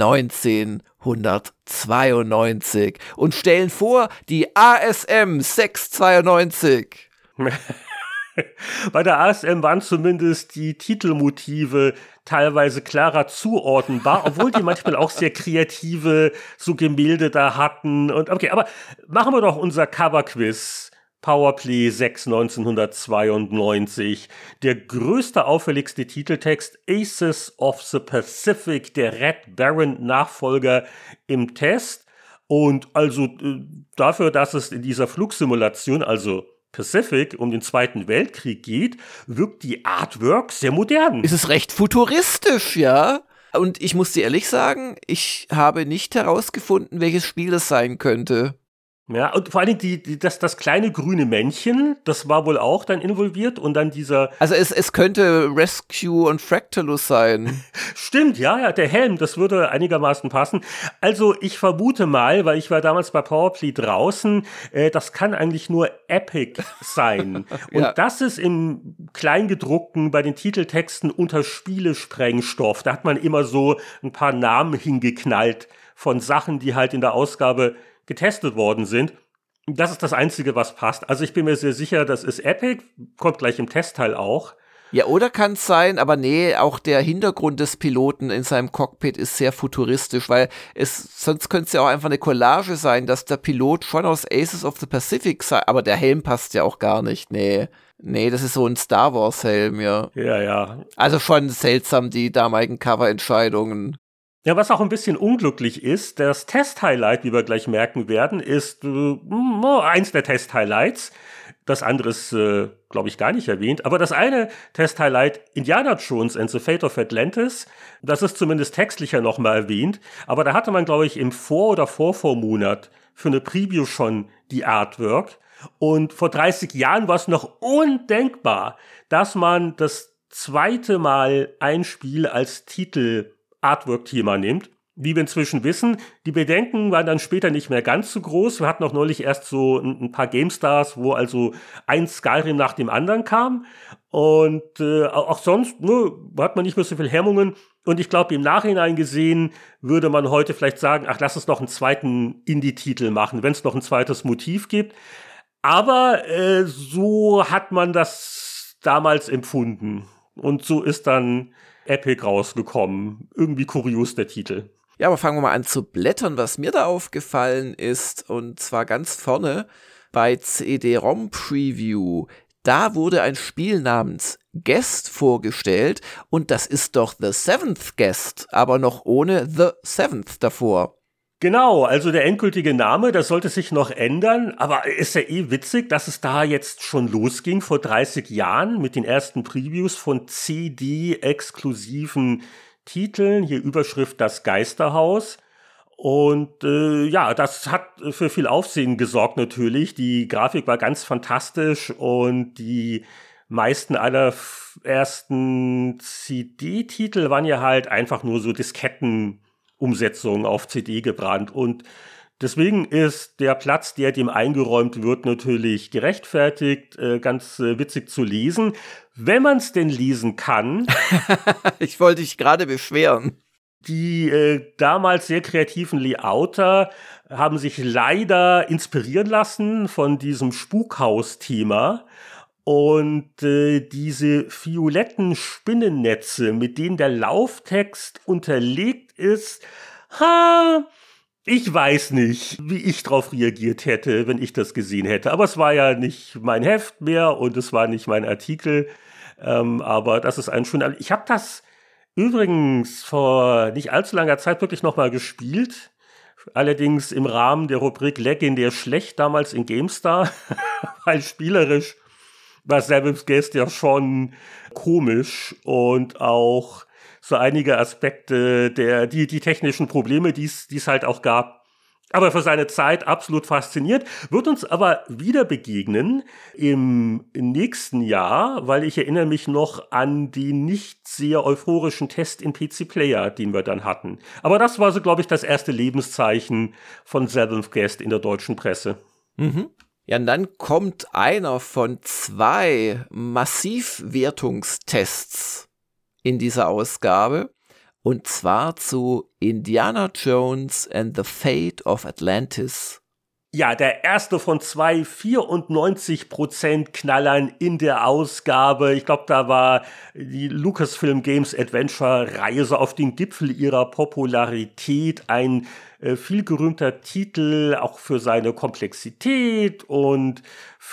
neunzehnhundertzweiundneunzig und stellen vor die A S M sechshundertzweiundneunzig. Bei der A S M waren zumindest die Titelmotive teilweise klarer zuordnenbar, obwohl die manchmal auch sehr kreative so Gemälde da hatten. Und okay, aber machen wir doch unser Cover-Quiz. Powerplay sechs neunzehnhundertzweiundneunzig. Der größte, auffälligste Titeltext Aces of the Pacific, der Red Baron Nachfolger im Test. Und also äh, dafür, dass es in dieser Flugsimulation, also Pacific, um den Zweiten Weltkrieg geht, wirkt die Artwork sehr modern. Es ist recht futuristisch, ja. Und ich muss dir ehrlich sagen, ich habe nicht herausgefunden, welches Spiel es sein könnte. Ja, und vor allen Dingen die, die, das, das kleine grüne Männchen, das war wohl auch dann involviert und dann dieser... Also es, es könnte Rescue und Fractalus sein. Stimmt, ja, ja, der Helm, das würde einigermaßen passen. Also ich vermute mal, weil ich war damals bei Powerplay draußen, äh, das kann eigentlich nur Epic sein. Und ja. Das ist im Kleingedruckten bei den Titeltexten unter Spielesprengstoff. Da hat man immer so ein paar Namen hingeknallt von Sachen, die halt in der Ausgabe getestet worden sind. Das ist das Einzige, was passt. Also ich bin mir sehr sicher, das ist Epic, kommt gleich im Testteil auch. Ja, oder kann es sein, aber nee, auch der Hintergrund des Piloten in seinem Cockpit ist sehr futuristisch, weil es, sonst könnte es ja auch einfach eine Collage sein, dass der Pilot schon aus Aces of the Pacific sei, aber der Helm passt ja auch gar nicht, nee. Nee, das ist so ein Star Wars Helm, ja. Ja, ja. Also schon seltsam, die damaligen Coverentscheidungen. Ja, was auch ein bisschen unglücklich ist, das Test-Highlight, wie wir gleich merken werden, ist äh, eins der Test-Highlights. Das andere ist, äh, glaube ich, gar nicht erwähnt. Aber das eine Test-Highlight, Indiana Jones and the Fate of Atlantis, das ist zumindest textlicher nochmal erwähnt. Aber da hatte man, glaube ich, im Vor- oder Vorvormonat für eine Preview schon die Artwork. Und vor dreißig Jahren war es noch undenkbar, dass man das zweite Mal ein Spiel als Titel Artwork-Thema nimmt. Wie wir inzwischen wissen, die Bedenken waren dann später nicht mehr ganz so groß. Wir hatten auch neulich erst so ein, ein paar GameStars, wo also ein Skyrim nach dem anderen kam. Und äh, auch sonst ne, hat man nicht mehr so viel Hemmungen. Und ich glaube, im Nachhinein gesehen würde man heute vielleicht sagen, ach, lass uns noch einen zweiten Indie-Titel machen, wenn es noch ein zweites Motiv gibt. Aber äh, so hat man das damals empfunden. Und so ist dann Epic rausgekommen. Irgendwie kurios der Titel. Ja, aber fangen wir mal an zu blättern, was mir da aufgefallen ist. Und zwar ganz vorne bei C D-ROM Preview. Da wurde ein Spiel namens Guest vorgestellt. Und das ist doch The Seventh Guest, aber noch ohne The Seventh davor. Genau, also der endgültige Name, das sollte sich noch ändern, aber ist ja eh witzig, dass es da jetzt schon losging vor dreißig Jahren mit den ersten Previews von C D-exklusiven Titeln, hier Überschrift Das Geisterhaus. Und äh, ja, das hat für viel Aufsehen gesorgt natürlich, die Grafik war ganz fantastisch und die meisten aller ersten C D-Titel waren ja halt einfach nur so Disketten Umsetzung auf C D gebrannt und deswegen ist der Platz, der dem eingeräumt wird, natürlich gerechtfertigt, äh, ganz äh, witzig zu lesen, wenn man es denn lesen kann. Ich wollte dich gerade beschweren. Die äh, damals sehr kreativen Layouter haben sich leider inspirieren lassen von diesem Spukhaus-Thema Und äh, diese violetten Spinnennetze, mit denen der Lauftext unterlegt ist, ha, ich weiß nicht, wie ich drauf reagiert hätte, wenn ich das gesehen hätte. Aber es war ja nicht mein Heft mehr und es war nicht mein Artikel. Ähm, aber das ist ein schöner... Ich habe das übrigens vor nicht allzu langer Zeit wirklich nochmal gespielt. Allerdings im Rahmen der Rubrik Legendär schlecht damals in GameStar, weil spielerisch war Seventh Guest ja schon komisch und auch so einige Aspekte der, die, die technischen Probleme, die es halt auch gab. Aber für seine Zeit absolut fasziniert, wird uns aber wieder begegnen im nächsten Jahr, weil ich erinnere mich noch an den nicht sehr euphorischen Test in P C Player, den wir dann hatten. Aber das war so, glaube ich, das erste Lebenszeichen von Seventh Guest in der deutschen Presse. Mhm. Ja, und dann kommt einer von zwei Massivwertungstests in dieser Ausgabe, und zwar zu Indiana Jones and the Fate of Atlantis. Ja, der erste von zwei vierundneunzig Prozent Knallern in der Ausgabe. Ich glaube, da war die Lucasfilm Games Adventure Reise auf den Gipfel ihrer Popularität. Ein äh, vielgerühmter Titel, auch für seine Komplexität und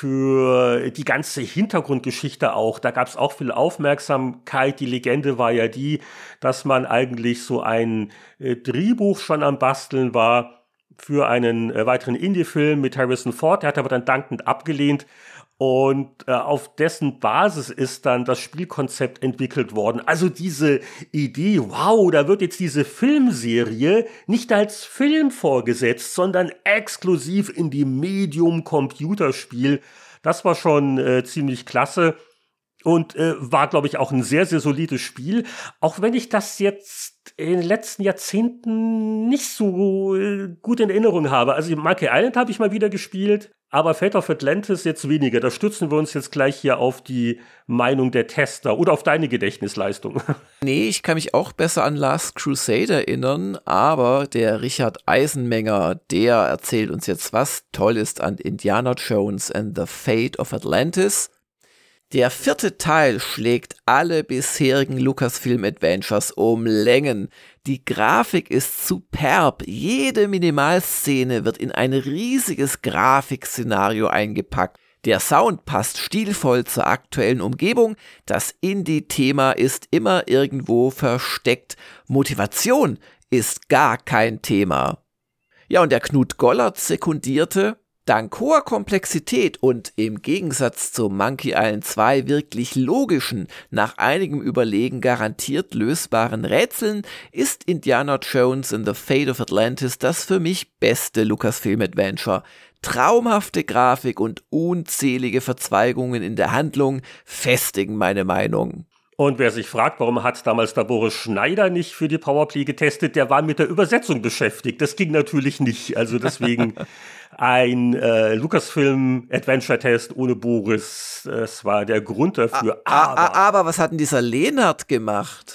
für die ganze Hintergrundgeschichte auch. Da gab es auch viel Aufmerksamkeit. Die Legende war ja die, dass man eigentlich so ein äh, Drehbuch schon am Basteln war für einen äh, weiteren Indie-Film mit Harrison Ford. Der hat aber dann dankend abgelehnt. Und äh, auf dessen Basis ist dann das Spielkonzept entwickelt worden. Also diese Idee, wow, da wird jetzt diese Filmserie nicht als Film vorgesetzt, sondern exklusiv in dem Medium Computerspiel. Das war schon äh, ziemlich klasse. Und äh, war, glaube ich, auch ein sehr, sehr solides Spiel. Auch wenn ich das jetzt in den letzten Jahrzehnten nicht so äh, gut in Erinnerung habe. Also Monkey Island habe ich mal wieder gespielt, aber Fate of Atlantis jetzt weniger. Da stützen wir uns jetzt gleich hier auf die Meinung der Tester oder auf deine Gedächtnisleistung. Nee, ich kann mich auch besser an Last Crusade erinnern, aber der Richard Eisenmenger, der erzählt uns jetzt, was toll ist an Indiana Jones and the Fate of Atlantis. Der vierte Teil schlägt alle bisherigen Lucasfilm-Adventures um Längen. Die Grafik ist superb. Jede Minimalszene wird in ein riesiges Grafikszenario eingepackt. Der Sound passt stilvoll zur aktuellen Umgebung. Das Indie-Thema ist immer irgendwo versteckt. Motivation ist gar kein Thema. Ja, und der Knut Gollert sekundierte: Dank hoher Komplexität und im Gegensatz zu Monkey Island zwei wirklich logischen, nach einigem Überlegen garantiert lösbaren Rätseln ist Indiana Jones and the Fate of Atlantis das für mich beste Lucasfilm-Adventure. Traumhafte Grafik und unzählige Verzweigungen in der Handlung festigen meine Meinung. Und wer sich fragt, warum hat damals der Boris Schneider nicht für die Powerplay getestet, der war mit der Übersetzung beschäftigt. Das ging natürlich nicht. Also deswegen ein äh, Lucasfilm-Adventure-Test ohne Boris. Das war der Grund dafür. A- a- aber, aber was hat denn dieser Lehnert gemacht?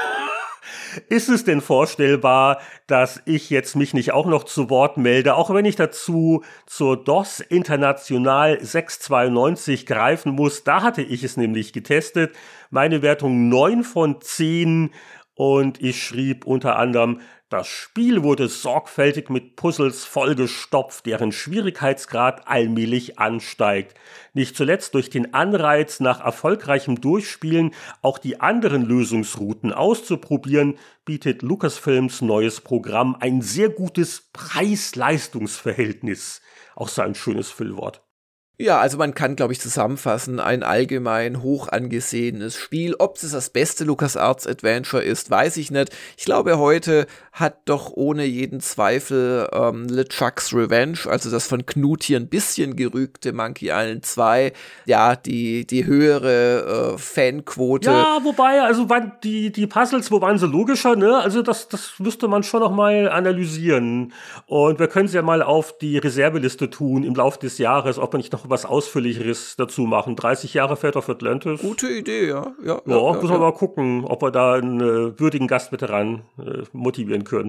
Ist es denn vorstellbar, dass ich jetzt mich nicht auch noch zu Wort melde, auch wenn ich dazu zur DOS International sechshundertzweiundneunzig greifen muss? Da hatte ich es nämlich getestet. Meine Wertung neun von zehn und ich schrieb unter anderem: Das Spiel wurde sorgfältig mit Puzzles vollgestopft, deren Schwierigkeitsgrad allmählich ansteigt. Nicht zuletzt durch den Anreiz, nach erfolgreichem Durchspielen auch die anderen Lösungsrouten auszuprobieren, bietet Lucasfilms neues Programm ein sehr gutes Preis-Leistungs-Verhältnis. Auch so ein schönes Füllwort. Ja, also man kann, glaube ich, zusammenfassen, ein allgemein hoch angesehenes Spiel. Ob es das beste LucasArts Adventure ist, weiß ich nicht. Ich glaube, heute hat doch ohne jeden Zweifel ähm, LeChuck's Revenge, also das von Knut hier ein bisschen gerügte Monkey Island zwei, ja, die, die höhere äh, Fanquote. Ja, wobei, also waren die, die Puzzles, wo waren sie logischer, ne? Also das, das müsste man schon noch mal analysieren. Und wir können es ja mal auf die Reserveliste tun im Laufe des Jahres, ob man nicht noch was Ausführlicheres dazu machen. dreißig Jahre Fate of Atlantis. Gute Idee, ja. Ja, ja, ja, ja müssen wir ja. mal gucken, ob wir da einen äh, würdigen Gastveteran äh, motivieren können.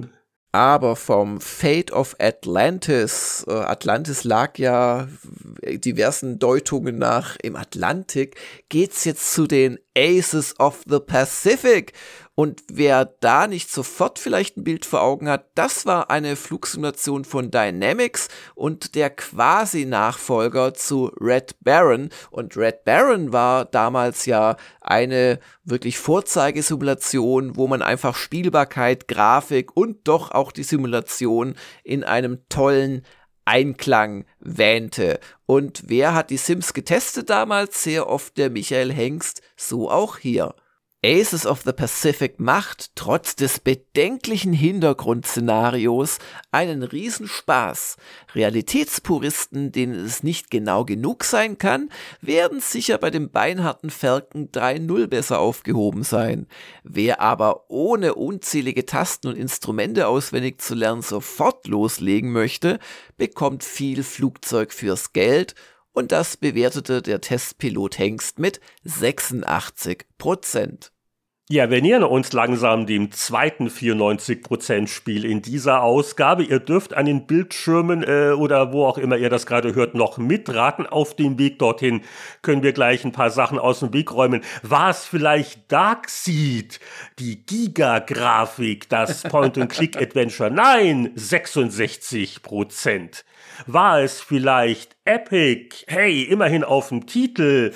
Aber vom Fate of Atlantis, äh, Atlantis lag ja diversen Deutungen nach im Atlantik, geht's jetzt zu den Aces of the Pacific. Und wer da nicht sofort vielleicht ein Bild vor Augen hat, das war eine Flugsimulation von Dynamics und der Quasi-Nachfolger zu Red Baron. Und Red Baron war damals ja eine wirklich Vorzeigesimulation, wo man einfach Spielbarkeit, Grafik und doch auch die Simulation in einem tollen Einklang wähnte. Und wer hat die Sims getestet damals? Sehr oft der Michael Hengst, so auch hier. Aces of the Pacific macht trotz des bedenklichen Hintergrundszenarios einen Riesenspaß. Realitätspuristen, denen es nicht genau genug sein kann, werden sicher bei dem beinharten Falcon drei Punkt null besser aufgehoben sein. Wer aber ohne unzählige Tasten und Instrumente auswendig zu lernen sofort loslegen möchte, bekommt viel Flugzeug fürs Geld. Und das bewertete der Testpilot Hengst mit sechsundachtzig Prozent. Ja, wir nähern uns langsam dem zweiten vierundneunzig Prozent Spiel in dieser Ausgabe. Ihr dürft an den Bildschirmen äh, oder wo auch immer ihr das gerade hört, noch mitraten. Auf dem Weg dorthin können wir gleich ein paar Sachen aus dem Weg räumen. War es vielleicht Darkseid, die Giga-Grafik, das Point-and-Click-Adventure? Nein, sechsundsechzig Prozent. War es vielleicht Epic? Hey, immerhin auf dem Titel.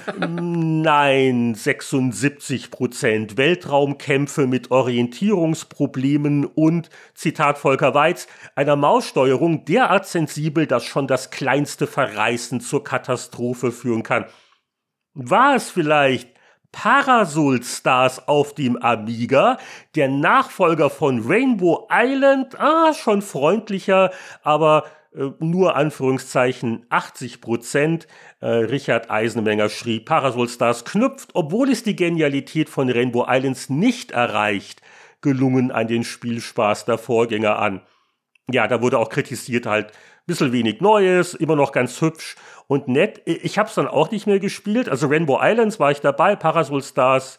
Nein, sechsundsiebzig Prozent. Weltraumkämpfe mit Orientierungsproblemen und, Zitat Volker Weiz, einer Maussteuerung derart sensibel, dass schon das kleinste Verreißen zur Katastrophe führen kann. War es vielleicht Parasol Stars auf dem Amiga, der Nachfolger von Rainbow Island? Ah, schon freundlicher, aber nur Anführungszeichen achtzig Prozent. Äh, Richard Eisenmenger schrieb, Parasol Stars knüpft, obwohl es die Genialität von Rainbow Islands nicht erreicht, gelungen an den Spielspaß der Vorgänger an. Ja, da wurde auch kritisiert halt, bisschen wenig Neues, immer noch ganz hübsch und nett. Ich hab's dann auch nicht mehr gespielt, also Rainbow Islands war ich dabei, Parasol Stars,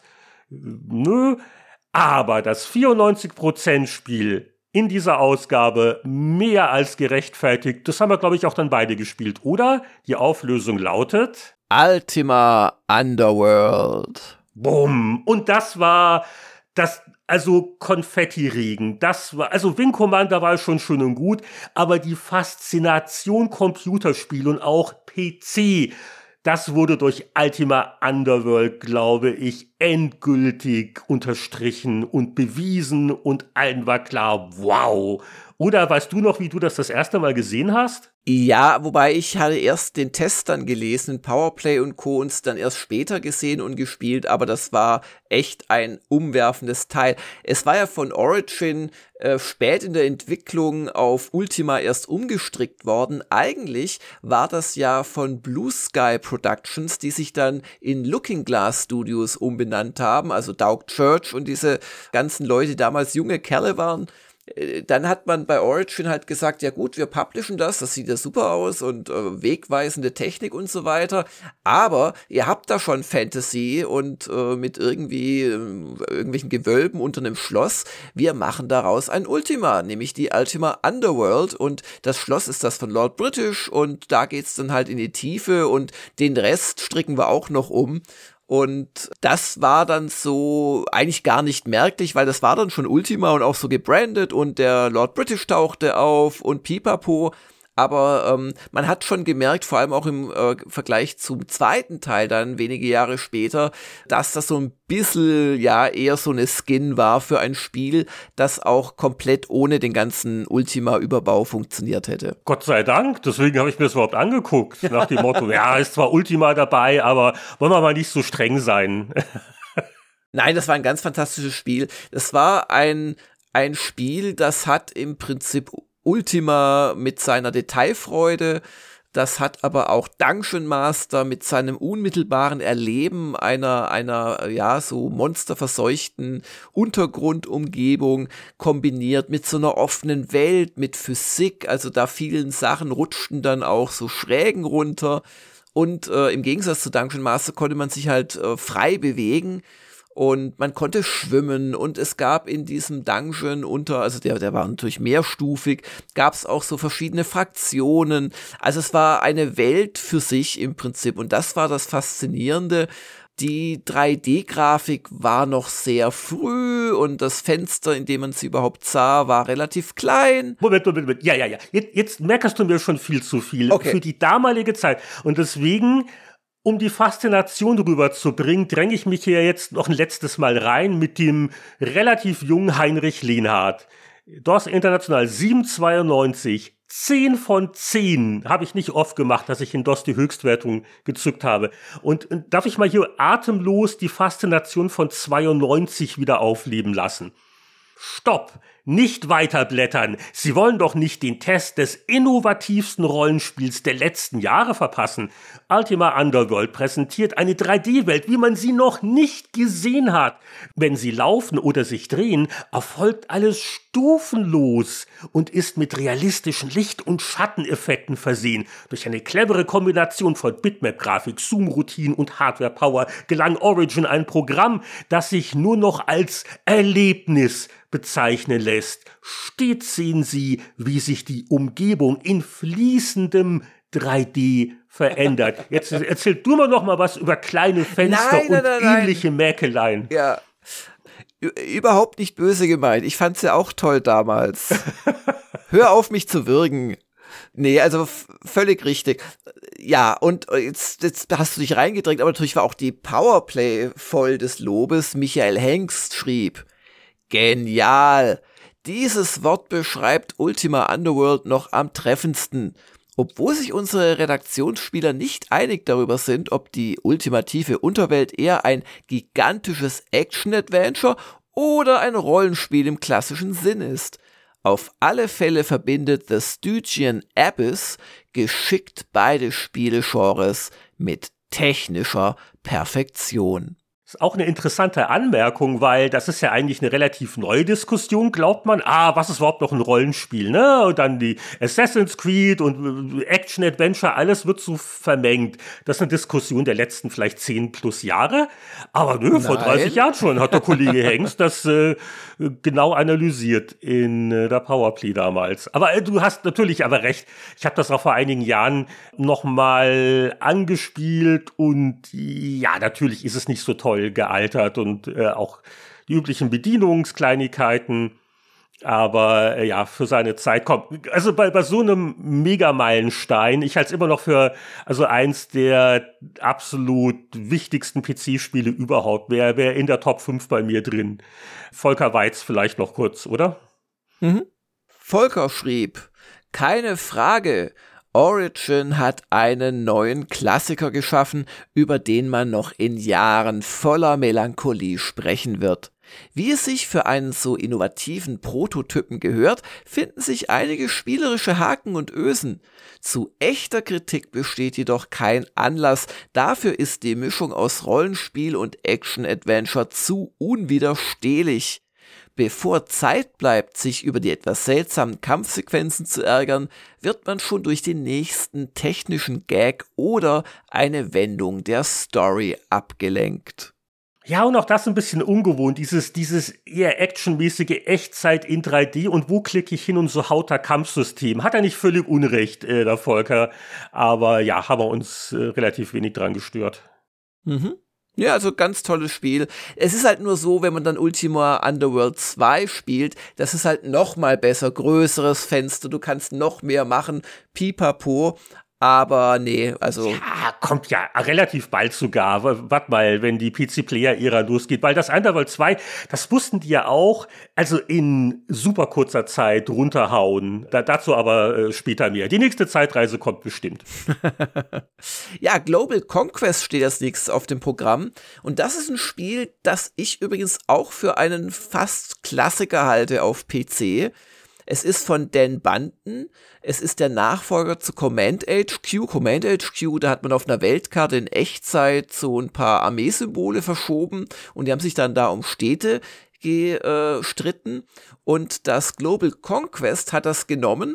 nö. Aber das vierundneunzig Prozent Spiel in dieser Ausgabe mehr als gerechtfertigt. Das haben wir, glaube ich, auch dann beide gespielt, oder? Die Auflösung lautet Ultima Underworld. Bumm. Und das war das, also Konfetti-Regen. Das war, also Wing Commander war schon schön und gut, aber die Faszination Computerspiel und auch P C, das wurde durch Ultima Underworld, glaube ich, endgültig unterstrichen und bewiesen und allen war klar, wow. Oder weißt du noch, wie du das das erste Mal gesehen hast? Ja, wobei ich hatte erst den Test dann gelesen, Powerplay und Co. und dann erst später gesehen und gespielt, aber das war echt ein umwerfendes Teil. Es war ja von Origin äh, spät in der Entwicklung auf Ultima erst umgestrickt worden. Eigentlich war das ja von Blue Sky Productions, die sich dann in Looking Glass Studios umbenannt haben, also Doug Church und diese ganzen Leute, die damals junge Kerle waren. Dann hat man bei Origin halt gesagt, ja gut, wir publishen das, das sieht ja super aus und äh, wegweisende Technik und so weiter, aber ihr habt da schon Fantasy und äh, mit irgendwie äh, irgendwelchen Gewölben unter einem Schloss, wir machen daraus ein Ultima, nämlich die Ultima Underworld und das Schloss ist das von Lord British und da geht's dann halt in die Tiefe und den Rest stricken wir auch noch um. Und das war dann so eigentlich gar nicht merklich, weil das war dann schon Ultima und auch so gebrandet und der Lord British tauchte auf und pipapo. Aber ähm, man hat schon gemerkt, vor allem auch im äh, Vergleich zum zweiten Teil dann wenige Jahre später, dass das so ein bisschen ja eher so eine Skin war für ein Spiel, das auch komplett ohne den ganzen Ultima-Überbau funktioniert hätte. Gott sei Dank, deswegen habe ich mir das überhaupt angeguckt, nach dem Motto, ja, ist zwar Ultima dabei, aber wollen wir mal nicht so streng sein. Nein, das war ein ganz fantastisches Spiel. Das war ein, ein Spiel, das hat im Prinzip Ultima mit seiner Detailfreude, das hat aber auch Dungeon Master mit seinem unmittelbaren Erleben einer, einer, ja, so monsterverseuchten Untergrundumgebung kombiniert mit so einer offenen Welt, mit Physik, also da vielen Sachen rutschten dann auch so Schrägen runter und äh, im Gegensatz zu Dungeon Master konnte man sich halt äh, frei bewegen. und man konnte schwimmen und es gab in diesem Dungeon unter, also der, der war natürlich mehrstufig, gab es auch so verschiedene Fraktionen. Also es war eine Welt für sich im Prinzip und das war das Faszinierende. Die drei D-Grafik war noch sehr früh und das Fenster, in dem man sie überhaupt sah, war relativ klein. Moment, Moment, Moment. Ja, ja, ja. Jetzt, jetzt merkst du mir schon viel zu viel okay. für die damalige Zeit. Und deswegen, um die Faszination rüberzubringen, dränge ich mich hier jetzt noch ein letztes Mal rein mit dem relativ jungen Heinrich Lenhardt. DOS International sieben zweiundneunzig. zehn von zehn habe ich nicht oft gemacht, dass ich in DOS die Höchstwertung gezückt habe. Und darf ich mal hier atemlos die Faszination von zweiundneunzig wieder aufleben lassen? Stopp! Nicht weiterblättern. Sie wollen doch nicht den Test des innovativsten Rollenspiels der letzten Jahre verpassen. Ultima Underworld präsentiert eine drei D-Welt, wie man sie noch nicht gesehen hat. Wenn sie laufen oder sich drehen, erfolgt alles stufenlos und ist mit realistischen Licht- und Schatteneffekten versehen. Durch eine clevere Kombination von Bitmap-Grafik, Zoom-Routinen und Hardware-Power gelang Origin ein Programm, das sich nur noch als Erlebnis bezeichnen lässt. Stets sehen Sie, wie sich die Umgebung in fließendem drei D verändert. Jetzt erzähl du mir noch mal was über kleine Fenster nein, nein, und nein, ähnliche nein. Mäkeleien. Ja, überhaupt nicht böse gemeint. Ich fand's ja auch toll damals. Hör auf, mich zu würgen. Nee, also f- völlig richtig. Ja, und jetzt, jetzt hast du dich reingedrängt, aber natürlich war auch die Powerplay voll des Lobes. Michael Hengst schrieb: Genial! Dieses Wort beschreibt Ultima Underworld noch am treffendsten. Obwohl sich unsere Redaktionsspieler nicht einig darüber sind, ob die ultimative Unterwelt eher ein gigantisches Action-Adventure oder ein Rollenspiel im klassischen Sinn ist. Auf alle Fälle verbindet The Stygian Abyss geschickt beide Spielegenres mit technischer Perfektion. Das ist auch eine interessante Anmerkung, weil das ist ja eigentlich eine relativ neue Diskussion, glaubt man. Ah, was ist überhaupt noch ein Rollenspiel, ne? Und dann die Assassin's Creed und Action-Adventure, alles wird so vermengt. Das ist eine Diskussion der letzten vielleicht zehn plus Jahre. Aber nö, Nein. vor dreißig Jahren schon hat der Kollege Hengst das äh, genau analysiert in äh, der Powerplay damals. Aber äh, du hast natürlich aber recht. Ich habe das auch vor einigen Jahren noch mal angespielt und ja, natürlich ist es nicht so toll gealtert und äh, auch die üblichen Bedienungskleinigkeiten, aber äh, ja, für seine Zeit kommt. Also bei, bei so einem Megameilenstein, ich halte es immer noch für also eins der absolut wichtigsten P C-Spiele überhaupt. Wäre wär in der Top fünf bei mir drin. Volker Weiz vielleicht noch kurz, oder? Mhm. Volker schrieb: Keine Frage. Origin hat einen neuen Klassiker geschaffen, über den man noch in Jahren voller Melancholie sprechen wird. Wie es sich für einen so innovativen Prototypen gehört, finden sich einige spielerische Haken und Ösen. Zu echter Kritik besteht jedoch kein Anlass, dafür ist die Mischung aus Rollenspiel und Action-Adventure zu unwiderstehlich. Bevor Zeit bleibt, sich über die etwas seltsamen Kampfsequenzen zu ärgern, wird man schon durch den nächsten technischen Gag oder eine Wendung der Story abgelenkt. Ja, und auch das ein bisschen ungewohnt, dieses, dieses eher actionmäßige Echtzeit in drei D und wo klicke ich hin und so hauter Kampfsystem. Hat er nicht völlig unrecht, äh, der Volker, aber ja, haben wir uns äh, relativ wenig dran gestört. Mhm. Ja, also ganz tolles Spiel. Es ist halt nur so, wenn man dann Ultima Underworld zwei spielt, das ist halt noch mal besser, größeres Fenster, du kannst noch mehr machen, pipapo. Aber nee, also... Ja, kommt ja relativ bald sogar. Warte mal, wenn die P C-Player-Ära losgeht. Weil das Underworld zwei, das mussten die ja auch, also in super kurzer Zeit runterhauen. Da, dazu aber äh, später mehr. Die nächste Zeitreise kommt bestimmt. Ja, Global Conquest steht als nächstes auf dem Programm. Und das ist ein Spiel, das ich übrigens auch für einen fast Klassiker halte auf P C. Es ist von Dan Bunton, es ist der Nachfolger zu Command H Q. Command H Q, da hat man auf einer Weltkarte in Echtzeit so ein paar Armeesymbole verschoben und die haben sich dann da um Städte gestritten und das Global Conquest hat das genommen,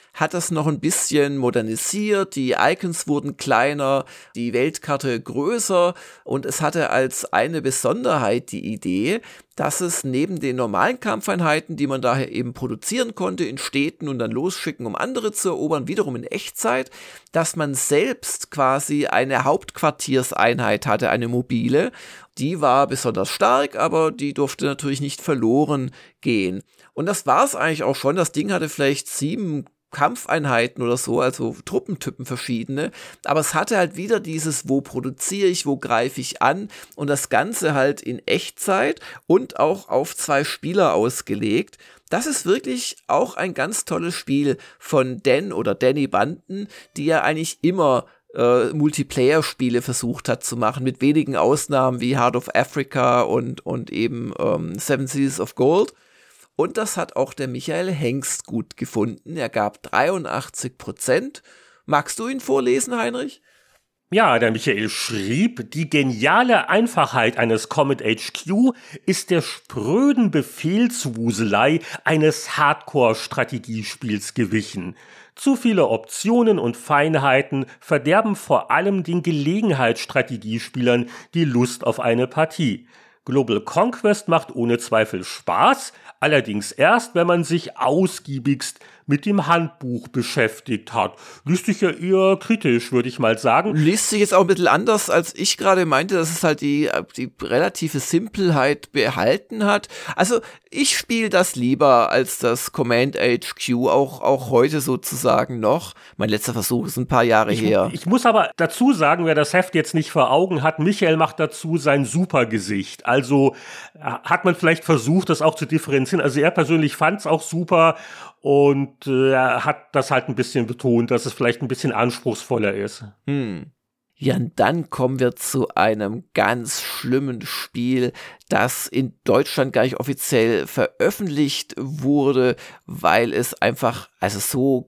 hat das noch ein bisschen modernisiert, die Icons wurden kleiner, die Weltkarte größer und es hatte als eine Besonderheit die Idee, dass es neben den normalen Kampfeinheiten, die man daher eben produzieren konnte in Städten und dann losschicken, um andere zu erobern, wiederum in Echtzeit, dass man selbst quasi eine Hauptquartierseinheit hatte, eine mobile. Die war besonders stark, aber die durfte natürlich nicht verloren gehen. Und das war es eigentlich auch schon. Das Ding hatte vielleicht sieben Kampfeinheiten oder so, also Truppentypen verschiedene, aber es hatte halt wieder dieses, wo produziere ich, wo greife ich an und das Ganze halt in Echtzeit und auch auf zwei Spieler ausgelegt. Das ist wirklich auch ein ganz tolles Spiel von Dan oder Danny Banton, die ja eigentlich immer äh, Multiplayer-Spiele versucht hat zu machen, mit wenigen Ausnahmen wie Heart of Africa und, und eben ähm, Seven Seas of Gold. Und das hat auch der Michael Hengst gut gefunden. Er gab dreiundachtzig Prozent. Magst du ihn vorlesen, Heinrich? Ja, der Michael schrieb, die geniale Einfachheit eines Comet H Q ist der spröden Befehlswuselei eines Hardcore-Strategiespiels gewichen. Zu viele Optionen und Feinheiten verderben vor allem den Gelegenheitsstrategiespielern die Lust auf eine Partie. Global Conquest macht ohne Zweifel Spaß, allerdings erst, wenn man sich ausgiebigst mit dem Handbuch beschäftigt hat. Liest sich ja eher kritisch, würde ich mal sagen. Liest sich jetzt auch ein bisschen anders, als ich gerade meinte, dass es halt die, die relative Simpelheit behalten hat. Also ich spiele das lieber als das Command H Q, auch, auch heute sozusagen noch. Mein letzter Versuch ist ein paar Jahre ich, her. Ich muss aber dazu sagen, wer das Heft jetzt nicht vor Augen hat, Michael macht dazu sein Supergesicht. Also hat man vielleicht versucht, das auch zu differenzieren. Also er persönlich fand es auch super. Und äh, er hat das halt ein bisschen betont, dass es vielleicht ein bisschen anspruchsvoller ist. Hm. Ja, und dann kommen wir zu einem ganz schlimmen Spiel, das in Deutschland gar nicht offiziell veröffentlicht wurde, weil es einfach, also so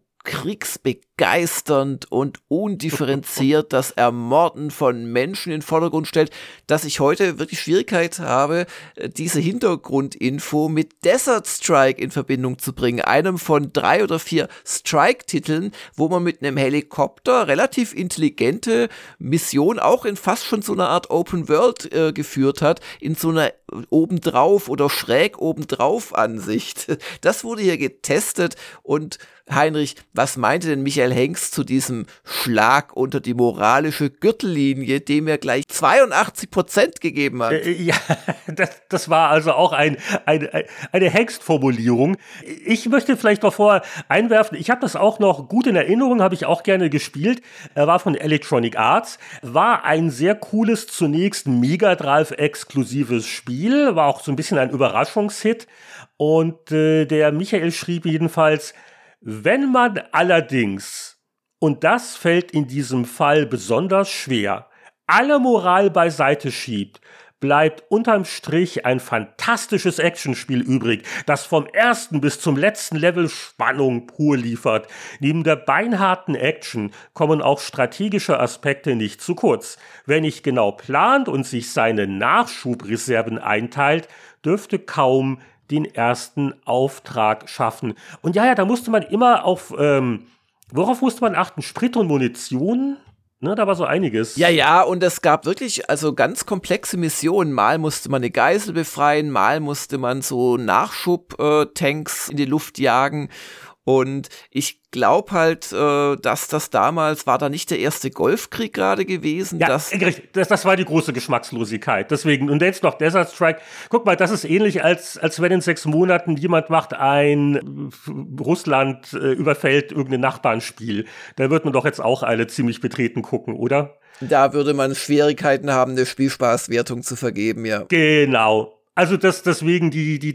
kriegsbegeisternd und undifferenziert das Ermorden von Menschen in den Vordergrund stellt, dass ich heute wirklich Schwierigkeit habe, diese Hintergrundinfo mit Desert Strike in Verbindung zu bringen. Einem von drei oder vier Strike-Titeln, wo man mit einem Helikopter relativ intelligente Mission auch in fast schon so einer Art Open World äh, geführt hat, in so einer obendrauf oder schräg obendrauf Ansicht. Das wurde hier getestet und Heinrich, was meinte denn Michael Hengst zu diesem Schlag unter die moralische Gürtellinie, dem er gleich zweiundachtzig Prozent gegeben hat? Äh, ja, das, das war also auch ein, ein, eine Hengst-Formulierung. Ich möchte vielleicht noch vorher einwerfen, ich habe das auch noch gut in Erinnerung, habe ich auch gerne gespielt. Er war von Electronic Arts, war ein sehr cooles, zunächst Mega Drive-exklusives Spiel, war auch so ein bisschen ein Überraschungshit. Und äh, der Michael schrieb jedenfalls, wenn man allerdings, und das fällt in diesem Fall besonders schwer, alle Moral beiseite schiebt, bleibt unterm Strich ein fantastisches Actionspiel übrig, das vom ersten bis zum letzten Level Spannung pur liefert. Neben der beinharten Action kommen auch strategische Aspekte nicht zu kurz. Wer nicht genau plant und sich seine Nachschubreserven einteilt, dürfte kaum den ersten Auftrag schaffen. Und ja, ja, da musste man immer auf, ähm, worauf musste man achten? Sprit und Munition? Ne, da war so einiges. Ja, ja, und es gab wirklich also ganz komplexe Missionen. Mal musste man eine Geisel befreien, mal musste man so Nachschub-Tanks in die Luft jagen. Und ich glaube halt, äh, dass das damals, war da nicht der erste Golfkrieg gerade gewesen? Ja, dass das, das war die große Geschmackslosigkeit. Deswegen, und jetzt noch Desert Strike. Guck mal, das ist ähnlich, als, als wenn in sechs Monaten jemand macht ein Russland äh, überfällt irgendein Nachbarnspiel. Da wird man doch jetzt auch alle ziemlich betreten gucken, oder? Da würde man Schwierigkeiten haben, eine Spielspaßwertung zu vergeben, ja. Genau. Also das deswegen die die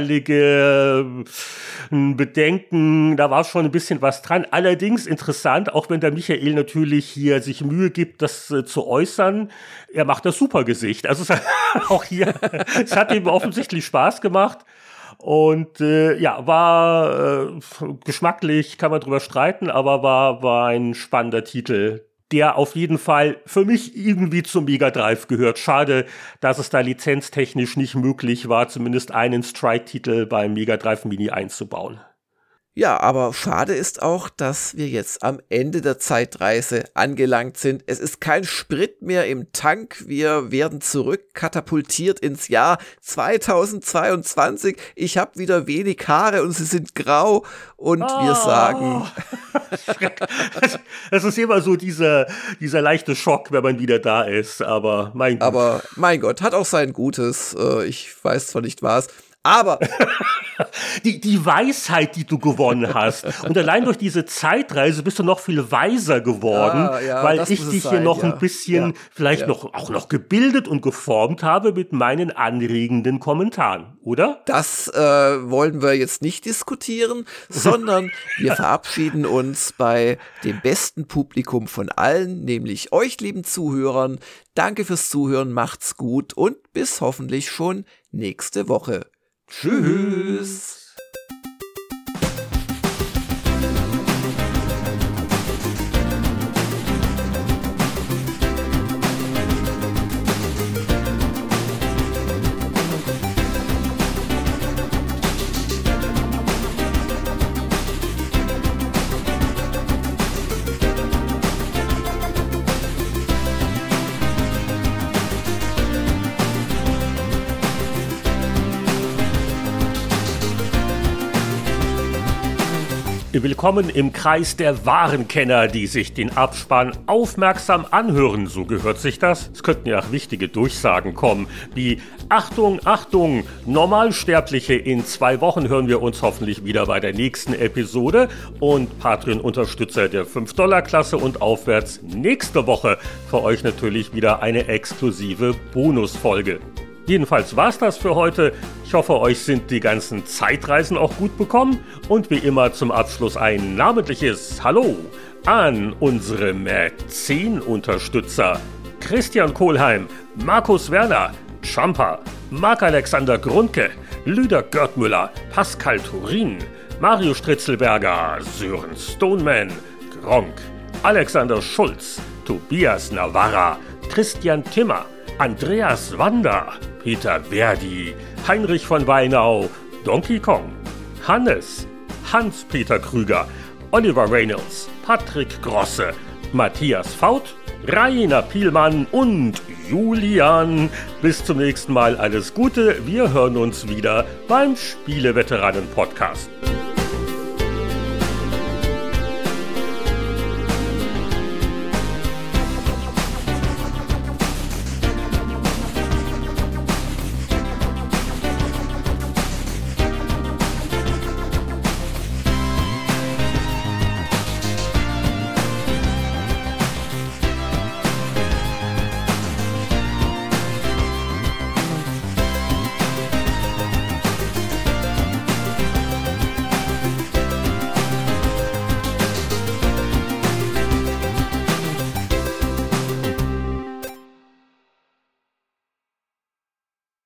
damalige äh, Bedenken, da war schon ein bisschen was dran. Allerdings interessant, auch wenn der Michael natürlich hier sich Mühe gibt, das äh, zu äußern, er macht das Supergesicht. Also es hat, auch hier, es hat ihm offensichtlich Spaß gemacht. Und äh, ja, war äh, geschmacklich, kann man drüber streiten, aber war war ein spannender Titel, der auf jeden Fall für mich irgendwie zum Mega Drive gehört. Schade, dass es da lizenztechnisch nicht möglich war, zumindest einen Strike-Titel beim Mega Drive Mini einzubauen. Ja, aber schade ist auch, dass wir jetzt am Ende der Zeitreise angelangt sind. Es ist kein Sprit mehr im Tank. Wir werden zurückkatapultiert ins Jahr zweitausendzweiundzwanzig. Ich habe wieder wenig Haare und sie sind grau. Und oh. wir sagen... Das ist immer so dieser, dieser leichte Schock, wenn man wieder da ist. Aber mein Gott. Aber mein Gott, hat auch sein Gutes. Ich weiß zwar nicht was. Aber die, die Weisheit, die du gewonnen hast. Und allein durch diese Zeitreise bist du noch viel weiser geworden, ja, ja, weil ich dich hier sein, noch ja. ein bisschen, ja, vielleicht ja. noch auch noch gebildet und geformt habe mit meinen anregenden Kommentaren, oder? Das äh, wollen wir jetzt nicht diskutieren, sondern wir verabschieden uns bei dem besten Publikum von allen, nämlich euch, lieben Zuhörern. Danke fürs Zuhören, macht's gut und bis hoffentlich schon nächste Woche. Tschüss. Willkommen im Kreis der wahren Kenner, die sich den Abspann aufmerksam anhören. So gehört sich das. Es könnten ja auch wichtige Durchsagen kommen, wie Achtung, Achtung, Normalsterbliche, in zwei Wochen hören wir uns hoffentlich wieder bei der nächsten Episode und Patreon-Unterstützer der fünf Dollar Klasse und aufwärts nächste Woche für euch natürlich wieder eine exklusive Bonusfolge. Jedenfalls war's das für heute. Ich hoffe, euch sind die ganzen Zeitreisen auch gut bekommen. Und wie immer zum Abschluss ein namentliches Hallo an unsere Mäzen-Unterstützer. Christian Kohlheim, Markus Werner, Champa, Marc-Alexander Grundke, Lüder Görtmüller, Pascal Turin, Mario Stritzelberger, Sören Stoneman, Gronk, Alexander Schulz, Tobias Navarra, Christian Timmer, Andreas Wander, Peter Verdi, Heinrich von Weinau, Donkey Kong, Hannes, Hans-Peter Krüger, Oliver Reynolds, Patrick Grosse, Matthias Faut, Rainer Pielmann und Julian. Bis zum nächsten Mal, alles Gute. Wir hören uns wieder beim Spieleveteranen-Podcast.